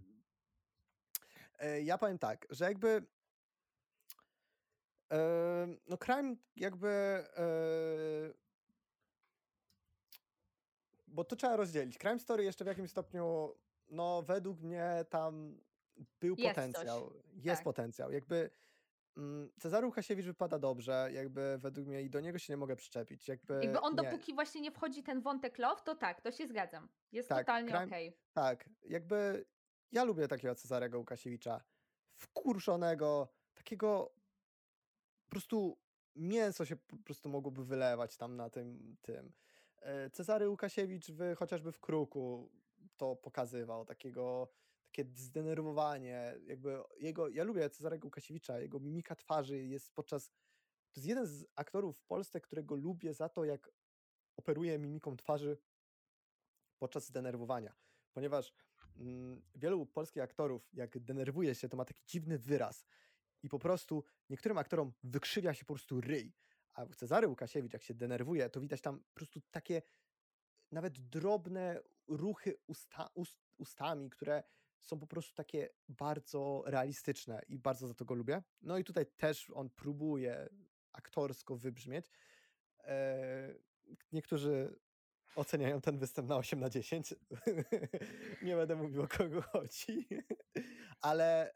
ja powiem tak, że jakby no Crime jakby bo to trzeba rozdzielić. Crime Story jeszcze w jakimś stopniu, no według mnie tam był Jest potencjał. coś. Jest Tak. potencjał. Jakby Cezary Łukasiewicz wypada dobrze, jakby według mnie i do niego się nie mogę przyczepić. Jakby on nie. dopóki właśnie nie wchodzi ten wątek love, to tak, to się zgadzam. Jest Tak, totalnie okej. Tak, jakby ja lubię takiego Cezarego Łukasiewicza. Wkurszonego, takiego po prostu mięso się po prostu mogłoby wylewać tam na tym. Cezary Łukasiewicz chociażby w Kruku to pokazywał, takie zdenerwowanie, jakby ja lubię Cezarego Łukasiewicza, jego mimika twarzy to jest jeden z aktorów w Polsce, którego lubię za to, jak operuje mimiką twarzy podczas zdenerwowania, ponieważ wielu polskich aktorów, jak denerwuje się, to ma taki dziwny wyraz i po prostu niektórym aktorom wykrzywia się po prostu ryj, a Cezary Łukasiewicz, jak się denerwuje, to widać tam po prostu takie nawet drobne ruchy ustami, które są po prostu takie bardzo realistyczne i bardzo za to go lubię. No i tutaj też on próbuje aktorsko wybrzmieć. Niektórzy oceniają ten występ na 8/10. Nie będę mówił, o kogo chodzi. Ale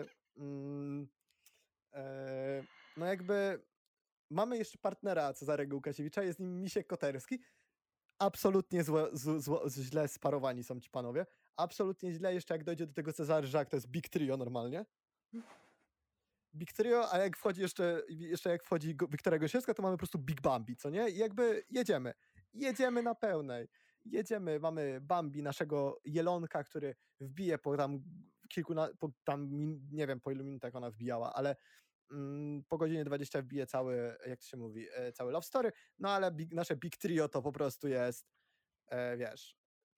no jakby mamy jeszcze partnera Cezarego Łukasiewicza, jest nim Misiek Koterski. Absolutnie źle sparowani są ci panowie. Absolutnie źle, jeszcze jak dojdzie do tego Cezary Żak, to jest Big Trio normalnie. Big Trio, a jak wchodzi jeszcze jak wchodzi Wiktoria Gosiewska, to mamy po prostu Big Bambi, co nie? I jakby jedziemy. Jedziemy na pełnej. Jedziemy, mamy Bambi, naszego jelonka, który wbije po tam nie wiem po ilu minutach ona wbijała, ale po godzinie 20 wbije cały, jak to się mówi, cały Love Story, no ale nasze Big Trio to po prostu jest, wiesz,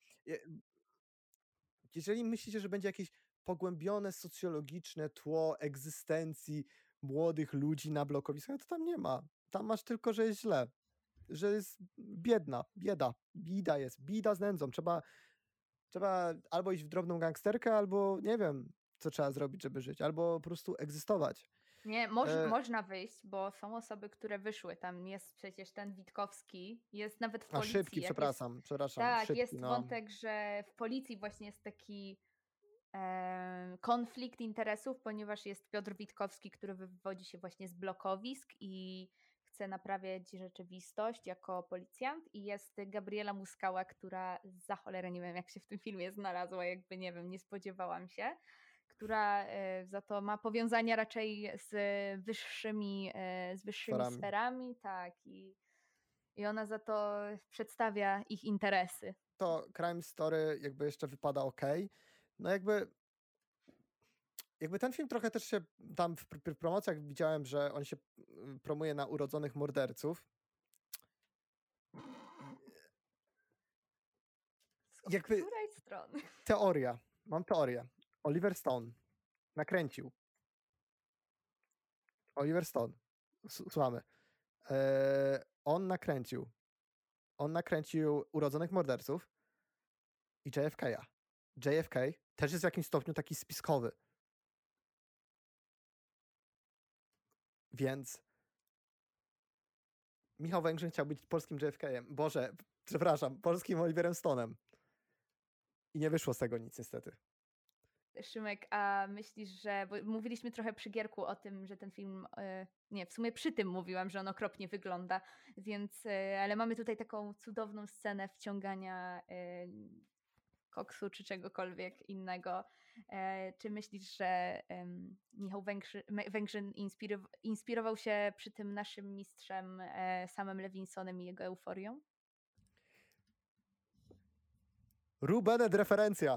jeżeli myślicie, że będzie jakieś pogłębione socjologiczne tło egzystencji młodych ludzi na blokowiskach, to tam nie ma. Tam masz tylko, że jest źle, że jest bida jest, bida z nędzą. Trzeba albo iść w drobną gangsterkę, albo nie wiem, co trzeba zrobić, żeby żyć, albo po prostu egzystować. Nie, można wyjść, bo są osoby, które wyszły. Tam jest przecież ten Witkowski, jest nawet w policji. Szybki, przepraszam. Tak, Szybki, jest wątek, że w policji właśnie jest taki konflikt interesów, ponieważ jest Piotr Witkowski, który wywodzi się właśnie z blokowisk i chce naprawiać rzeczywistość jako policjant, i jest Gabriela Muskała, która za cholerę nie wiem, jak się w tym filmie znalazła, jakby nie wiem, nie spodziewałam się, która za to ma powiązania raczej z wyższymi sferami, tak, i ona za to przedstawia ich interesy. To Crime Story jakby jeszcze wypada okej. No jakby ten film trochę też się tam w promocjach widziałem, że on się promuje na urodzonych morderców. Z której strony? Mam teorię. Oliver Stone nakręcił. Oliver Stone. Słuchamy. On nakręcił Urodzonych Morderców i JFK'a. JFK też jest w jakimś stopniu taki spiskowy. Więc Michał Węgrzyn chciał być polskim JFK-em. Boże, przepraszam, polskim Oliverem Stone'em. I nie wyszło z tego nic niestety. Szymek, a myślisz, że... Bo mówiliśmy trochę przy Gierku o tym, że ten film... Nie, w sumie przy tym mówiłam, że on okropnie wygląda, więc... Ale mamy tutaj taką cudowną scenę wciągania koksu czy czegokolwiek innego. Czy myślisz, że Michał Węgrzyn inspirował się przy tym naszym mistrzem Samem Levinsonem i jego euforią? Ru Bennett referencja.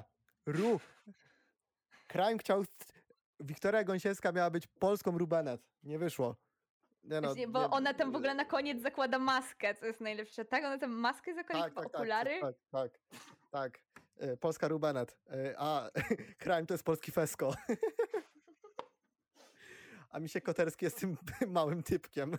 Crime chciał... Wiktoria Gąsiewska miała być polską Ru Bennett. Nie wyszło. Nie no, Właśnie, bo nie- ona tam w ogóle na koniec zakłada maskę, co jest najlepsze. Tak, ona tam maskę zakłada, Tak, okulary. tak. Polska Ru Bennett. A Crime to jest polski Fesko. A Misiek Koterski jest tym małym typkiem.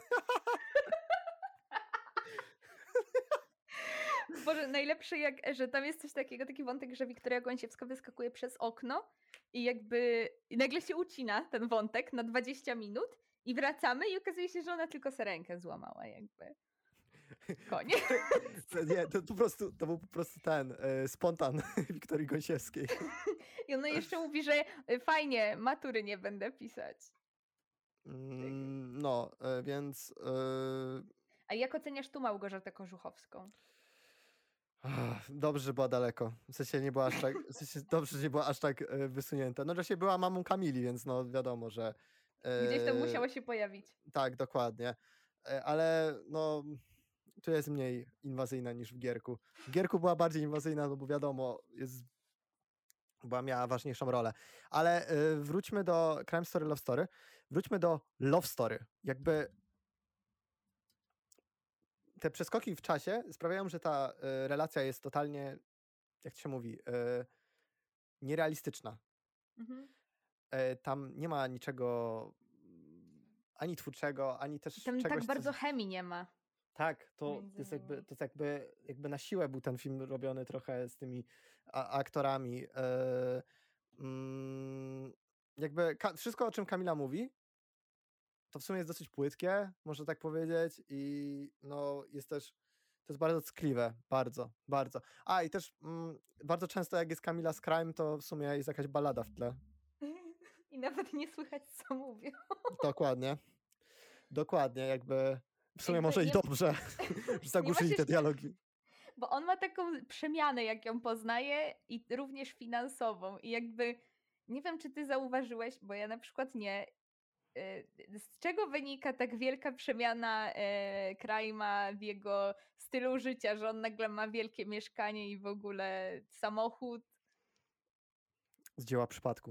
Boże, najlepsze, że tam jest coś takiego, taki wątek, że Wiktoria Gąsiewska wyskakuje przez okno i jakby i nagle się ucina ten wątek na 20 minut i wracamy i okazuje się, że ona tylko sobie rękę złamała jakby. Koniec. To był po prostu ten spontan Wiktorii Gąsiewskiej. I ona jeszcze mówi, że fajnie, matury nie będę pisać. No, więc... A jak oceniasz tu Małgorzatę Korzuchowską? Dobrze, że była daleko. W sensie nie była aż tak, dobrze, że nie była aż tak wysunięta. No, że się była mamą Kamili, więc no wiadomo, że... Gdzieś tam musiała się pojawić. Tak, dokładnie. Ale no, tu jest mniej inwazyjna niż w Gierku. W Gierku była bardziej inwazyjna, no bo wiadomo, miała ważniejszą rolę. Ale wróćmy do Crime Story, Love Story. Wróćmy do Love Story. Jakby te przeskoki w czasie sprawiają, że ta relacja jest totalnie, jak to się mówi, nierealistyczna. Mhm. Tam nie ma niczego ani twórczego, ani też Tam czegoś, tak bardzo chemii nie ma. Tak, to między jest nimi. jakby na siłę był ten film robiony trochę z tymi aktorami. Jakby wszystko, o czym Kamila mówi, to w sumie jest dosyć płytkie, można tak powiedzieć, i no jest też, to jest bardzo ckliwe, bardzo, bardzo. A i też bardzo często jak jest Kamila z Crime, to w sumie jest jakaś ballada w tle. I nawet nie słychać, co mówią. Dokładnie, jakby w sumie Jakby może i nie- dobrze, że zagłuszyli te dialogi. Bo on ma taką przemianę, jak ją poznaje, i również finansową. I jakby nie wiem, czy ty zauważyłeś, bo ja na przykład nie. Z czego wynika tak wielka przemiana Crime'a w jego stylu życia, że on nagle ma wielkie mieszkanie i w ogóle samochód? Z dzieła przypadku.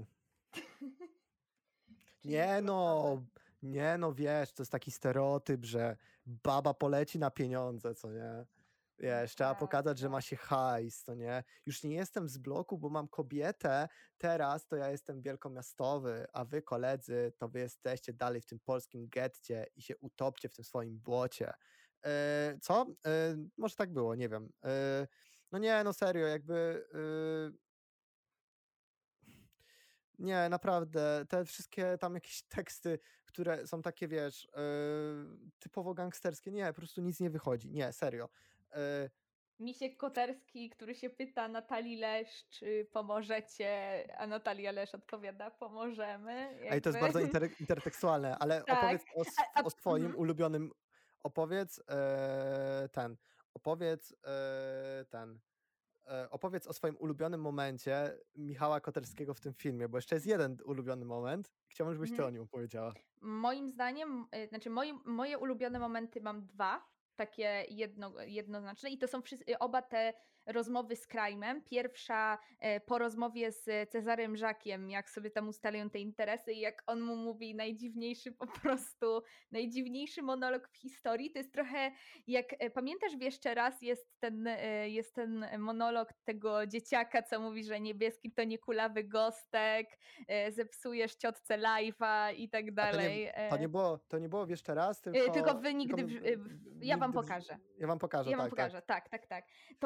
Czyli Nie promowe. no, wiesz, to jest taki stereotyp, że baba poleci na pieniądze, co nie? Wiesz, trzeba pokazać, że ma się hajs, to nie? Już nie jestem z bloku, bo mam kobietę, teraz to ja jestem wielkomiastowy, a wy koledzy, to wy jesteście dalej w tym polskim getcie i się utopcie w tym swoim błocie. Co? Może tak było, nie wiem. No nie, no serio, jakby... Nie, naprawdę, te wszystkie tam jakieś teksty, które są takie, wiesz, typowo gangsterskie, nie, po prostu nic nie wychodzi, nie, serio. Misiek Koterski, który się pyta Natalii Lesz, czy pomożecie, a Natalia Lesz odpowiada, pomożemy. Ej, to jest bardzo intertekstualne, ale Tak. opowiedz o swoim ulubionym, opowiedz opowiedz o swoim ulubionym momencie Michała Koterskiego w tym filmie, bo jeszcze jest jeden ulubiony moment. Chciałbym, żebyś ty o nim opowiedziała. Moim zdaniem, znaczy moje ulubione momenty mam dwa, takie jednoznaczne, i to są oba te rozmowy z Crime'em. Pierwsza po rozmowie z Cezarym Żakiem, jak sobie tam ustalają te interesy i jak on mu mówi najdziwniejszy monolog w historii. To jest trochę jak, pamiętasz, jeszcze raz jest ten monolog tego dzieciaka, co mówi, że niebieski to nie kulawy gostek, zepsujesz ciotce live'a i tak dalej. To nie było jeszcze raz, tylko... Tylko wy nigdy... Ja wam pokażę. Ja wam pokażę, Ja wam tak. pokażę, tak. To właśnie,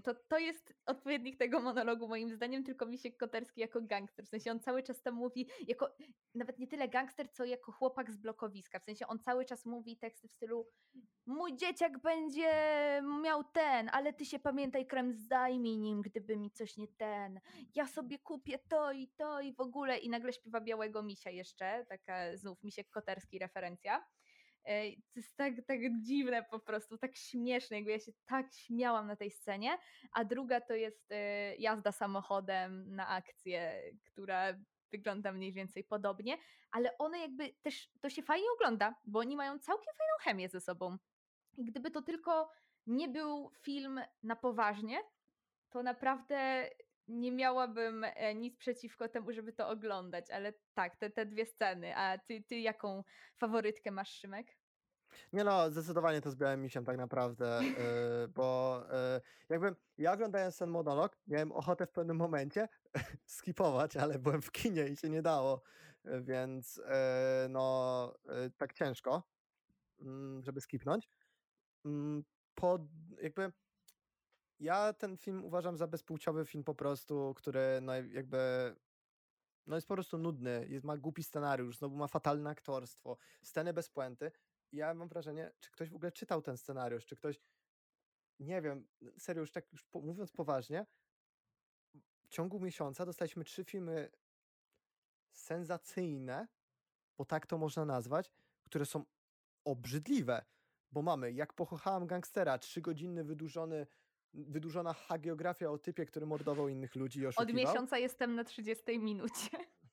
to jest odpowiednik tego monologu moim zdaniem, tylko Misiek Koterski jako gangster. W sensie on cały czas tam mówi jako, nawet nie tyle gangster, co jako chłopak z blokowiska. W sensie on cały czas mówi teksty w stylu mój dzieciak będzie miał ten, ale ty się pamiętaj, Krem, zajmij nim, gdyby mi coś nie ten. Ja sobie kupię to i w ogóle. I nagle śpiewa Białego Misia jeszcze, taka znów Misiek Koterski referencja. To jest tak dziwne po prostu, tak śmieszne, jakby ja się tak śmiałam na tej scenie, a druga to jest jazda samochodem na akcję, która wygląda mniej więcej podobnie, ale one jakby też, to się fajnie ogląda, bo oni mają całkiem fajną chemię ze sobą. I gdyby to tylko nie był film na poważnie, to naprawdę nie miałabym nic przeciwko temu, żeby to oglądać, ale tak, te dwie sceny. A ty jaką faworytkę masz, Szymek? Nie no, zdecydowanie to z Białym Misiem tak naprawdę, bo jakby ja oglądając ten monolog miałem ochotę w pewnym momencie skipować, ale byłem w kinie i się nie dało, więc tak ciężko, żeby skipnąć. Pod, jakby ja ten film uważam za bezpłciowy film po prostu, który no jakby jest po prostu nudny, ma głupi scenariusz, znowu ma fatalne aktorstwo, sceny bez puenty. I ja mam wrażenie, czy ktoś w ogóle czytał ten scenariusz, czy ktoś, nie wiem, serio już tak już mówiąc poważnie, w ciągu miesiąca dostaliśmy 3 filmy sensacyjne, bo tak to można nazwać, które są obrzydliwe, bo mamy Jak pokochałam gangstera, 3-godzinny wydłużona hagiografia o typie, który mordował innych ludzi i Od oszukiwał. miesiąca jestem na 30 minucie.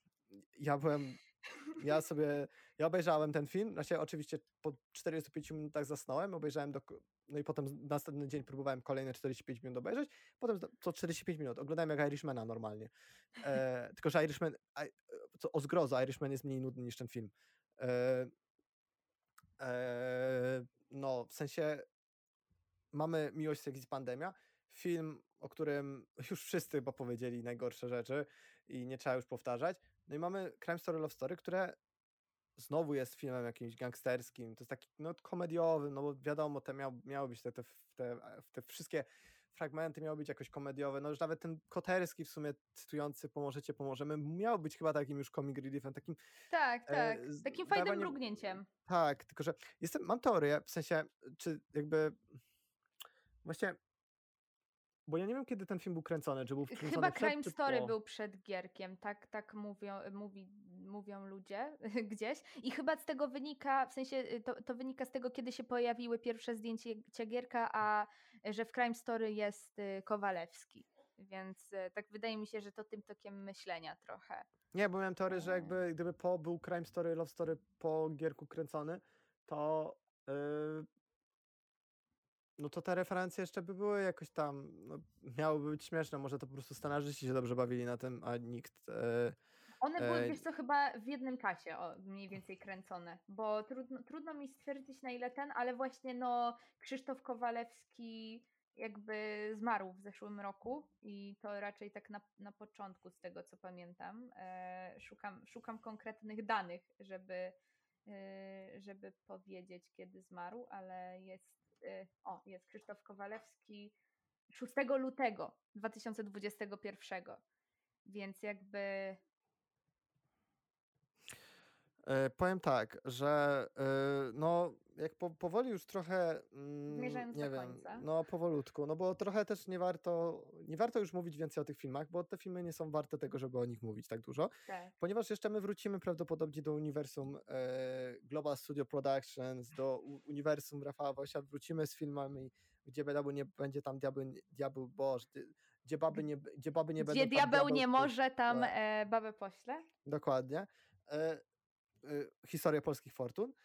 Ja obejrzałem ten film, znaczy oczywiście po 45 minutach zasnąłem, no i potem następny dzień próbowałem kolejne 45 minut obejrzeć, potem co 45 minut oglądałem jak Irishmana normalnie. Tylko że o zgrozo, Irishman jest mniej nudny niż ten film. No, w sensie mamy Miłość, Seks i Pandemia, film, o którym już wszyscy chyba powiedzieli najgorsze rzeczy i nie trzeba już powtarzać. No i mamy Crime Story, Love Story, które znowu jest filmem jakimś gangsterskim, to jest taki komediowy, no bo wiadomo, miały być te wszystkie fragmenty miały być jakoś komediowe, no już nawet ten Koterski w sumie cytujący pomożemy, miał być chyba takim już comic reliefem, takim Tak, takim fajnym dawaniem, mrugnięciem. tak, tylko że mam teorię, w sensie, czy jakby właśnie, bo ja nie wiem, kiedy ten film był kręcony, czy był kręcony Chyba przed, Crime czy Story po. był przed Gierkiem, tak mówią ludzie gdzieś. I chyba z tego wynika, w sensie to wynika z tego, kiedy się pojawiły pierwsze zdjęcia Gierka, a że w Crime Story jest Kowalewski. Więc tak wydaje mi się, że to tym tokiem myślenia trochę. Nie, bo miałem teorię, że jakby gdyby był Crime Story, Love Story po Gierku kręcony, to no to te referencje jeszcze by były jakoś tam, no, miałyby być śmieszne, może to po prostu scenarzyści się dobrze bawili na tym, a nikt. One były, wiesz co, chyba w jednym czasie mniej więcej kręcone, bo trudno mi stwierdzić na ile ale właśnie no Krzysztof Kowalewski jakby zmarł w zeszłym roku i to raczej tak na początku z tego co pamiętam. Szukam konkretnych danych, żeby powiedzieć kiedy zmarł, ale jest Krzysztof Kowalewski 6 lutego 2021, więc jakby Powiem tak, że no jak powoli już trochę, Zmierzając nie do wiem, końca. no powolutku, no bo trochę też nie warto już mówić więcej o tych filmach, bo te filmy nie są warte tego, żeby o nich mówić tak dużo, Tak. ponieważ jeszcze my wrócimy prawdopodobnie do uniwersum Global Studio Productions, do uniwersum Rafała Wosia, wrócimy z filmami, gdzie nie będzie tam diabeł Boże, gdzie baby nie będą Gdzie tam diabeł nie diabelków. może, tam babę pośle. Dokładnie. Historia polskich fortun.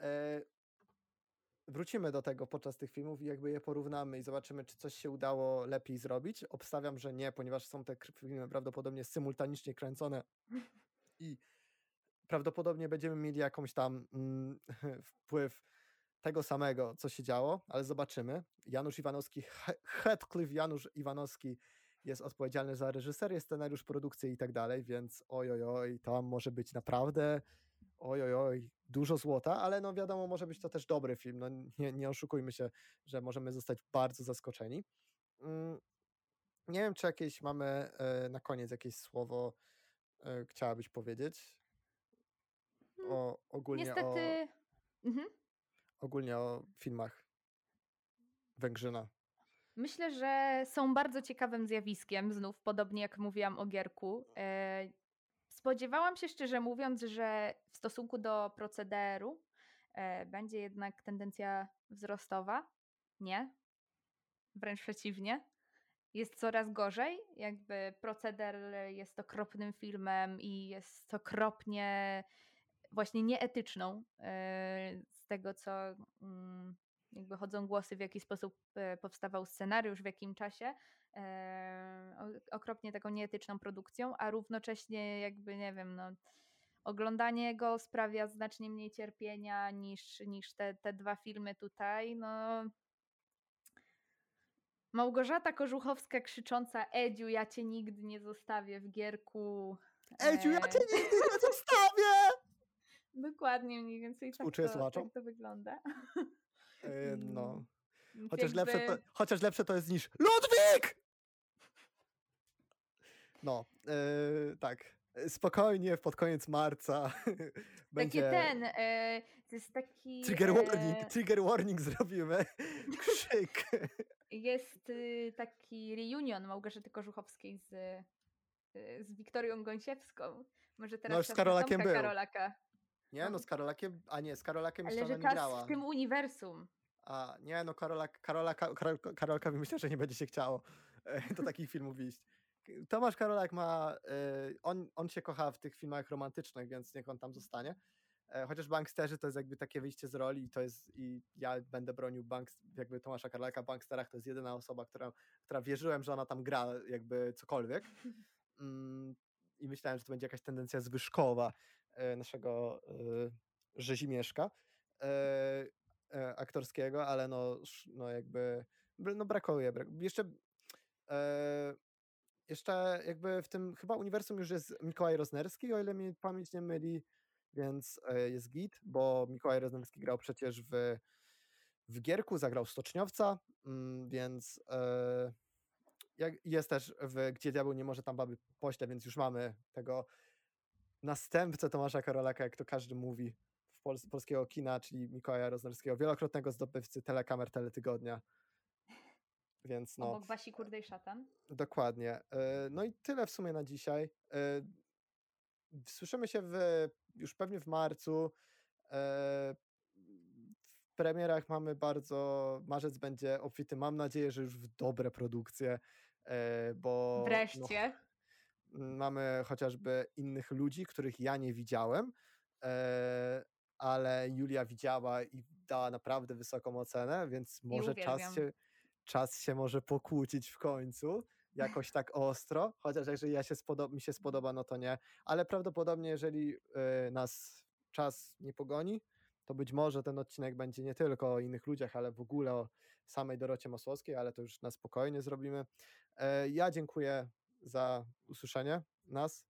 Wrócimy do tego podczas tych filmów i jakby je porównamy i zobaczymy, czy coś się udało lepiej zrobić. Obstawiam, że nie, ponieważ są te filmy prawdopodobnie symultanicznie kręcone i prawdopodobnie będziemy mieli jakąś tam wpływ tego samego, co się działo, ale zobaczymy. Heathcliff Janusz Iwanowski jest odpowiedzialny za reżyserię, scenariusz, produkcję i tak dalej, więc oj, tam może być naprawdę dużo złota, ale no wiadomo, może być to też dobry film, no nie oszukujmy się, że możemy zostać bardzo zaskoczeni. Nie wiem, czy jakieś mamy na koniec jakieś słowo chciałabyś powiedzieć Hmm, ogólnie Niestety. Mhm. ogólnie o filmach Węgrzyna. Myślę, że są bardzo ciekawym zjawiskiem, znów podobnie jak mówiłam o Gierku. Spodziewałam się szczerze mówiąc, że w stosunku do procederu będzie jednak tendencja wzrostowa. Nie, wręcz przeciwnie. Jest coraz gorzej. Jakby proceder jest okropnym filmem i jest okropnie właśnie nieetyczną z tego, co jakby chodzą głosy, w jaki sposób powstawał scenariusz, w jakim czasie. Okropnie taką nieetyczną produkcją, a równocześnie jakby, nie wiem, no, oglądanie go sprawia znacznie mniej cierpienia niż te dwa filmy tutaj. No, Małgorzata Kożuchowska krzycząca Edziu, ja cię nigdy nie zostawię w Gierku. Edziu, ja cię E, nigdy nie zostawię! Dokładnie, mniej więcej Współczuję tak słuchaczom. to wygląda. No. Więc Chociaż lepsze to jest niż Ludwik! No, tak. Spokojnie, pod koniec marca będzie to jest taki, trigger warning zrobimy. Krzyk. jest taki reunion Małgorzaty Kożuchowskiej z Wiktorią Gąsiewską. Może teraz już z czas na Karolakiem Tomka był. Karolaka. Nie, no z Karolakiem, z Karolakiem jeszcze Ale że ona nie czas grała. w tym uniwersum. A nie, no Karolkowi myślę, że nie będzie się chciało do takich filmów iść. Tomasz Karolak ma, on się kocha w tych filmach romantycznych, więc niech on tam zostanie. Chociaż Banksterzy to jest jakby takie wyjście z roli i ja będę bronił jakby Tomasza Karolaka w Banksterach, to jest jedyna osoba, która wierzyłem, że ona tam gra jakby cokolwiek. I myślałem, że to będzie jakaś tendencja zwyżkowa naszego Rzezimieszka aktorskiego, ale no jakby no brakuje. Jeszcze jakby w tym chyba uniwersum już jest Mikołaj Roznerski, o ile mnie pamięć nie myli, więc jest git, bo Mikołaj Roznerski grał przecież w Gierku, zagrał Stoczniowca, więc jest też w Gdzie diabeł nie może tam baby pośle, więc już mamy tego następcę Tomasza Karolaka, jak to każdy mówi, polskiego kina, czyli Mikołaja Roznerskiego, wielokrotnego zdobywcy telekamer Teletygodnia. Więc no. Obok Basi Kurdej Szatan. Dokładnie. No i tyle w sumie na dzisiaj. Słyszymy się już pewnie w marcu. W premierach mamy marzec będzie obfity. Mam nadzieję, że już w dobre produkcje, bo Wreszcie. mamy chociażby Innych ludzi, których ja nie widziałem, ale Julia widziała i dała naprawdę wysoką ocenę, więc może czas się może pokłócić w końcu, jakoś tak ostro, chociaż jeżeli mi się spodoba, no to nie, ale prawdopodobnie jeżeli nas czas nie pogoni, to być może ten odcinek będzie nie tylko o Innych ludziach, ale w ogóle o samej Dorocie Masłowskiej, ale to już na spokojnie zrobimy. Ja dziękuję za usłyszenie nas.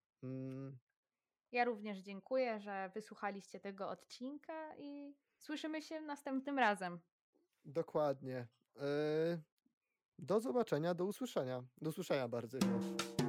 Ja również dziękuję, że wysłuchaliście tego odcinka i słyszymy się następnym razem. Dokładnie. Do zobaczenia, do usłyszenia. Do usłyszenia bardzo.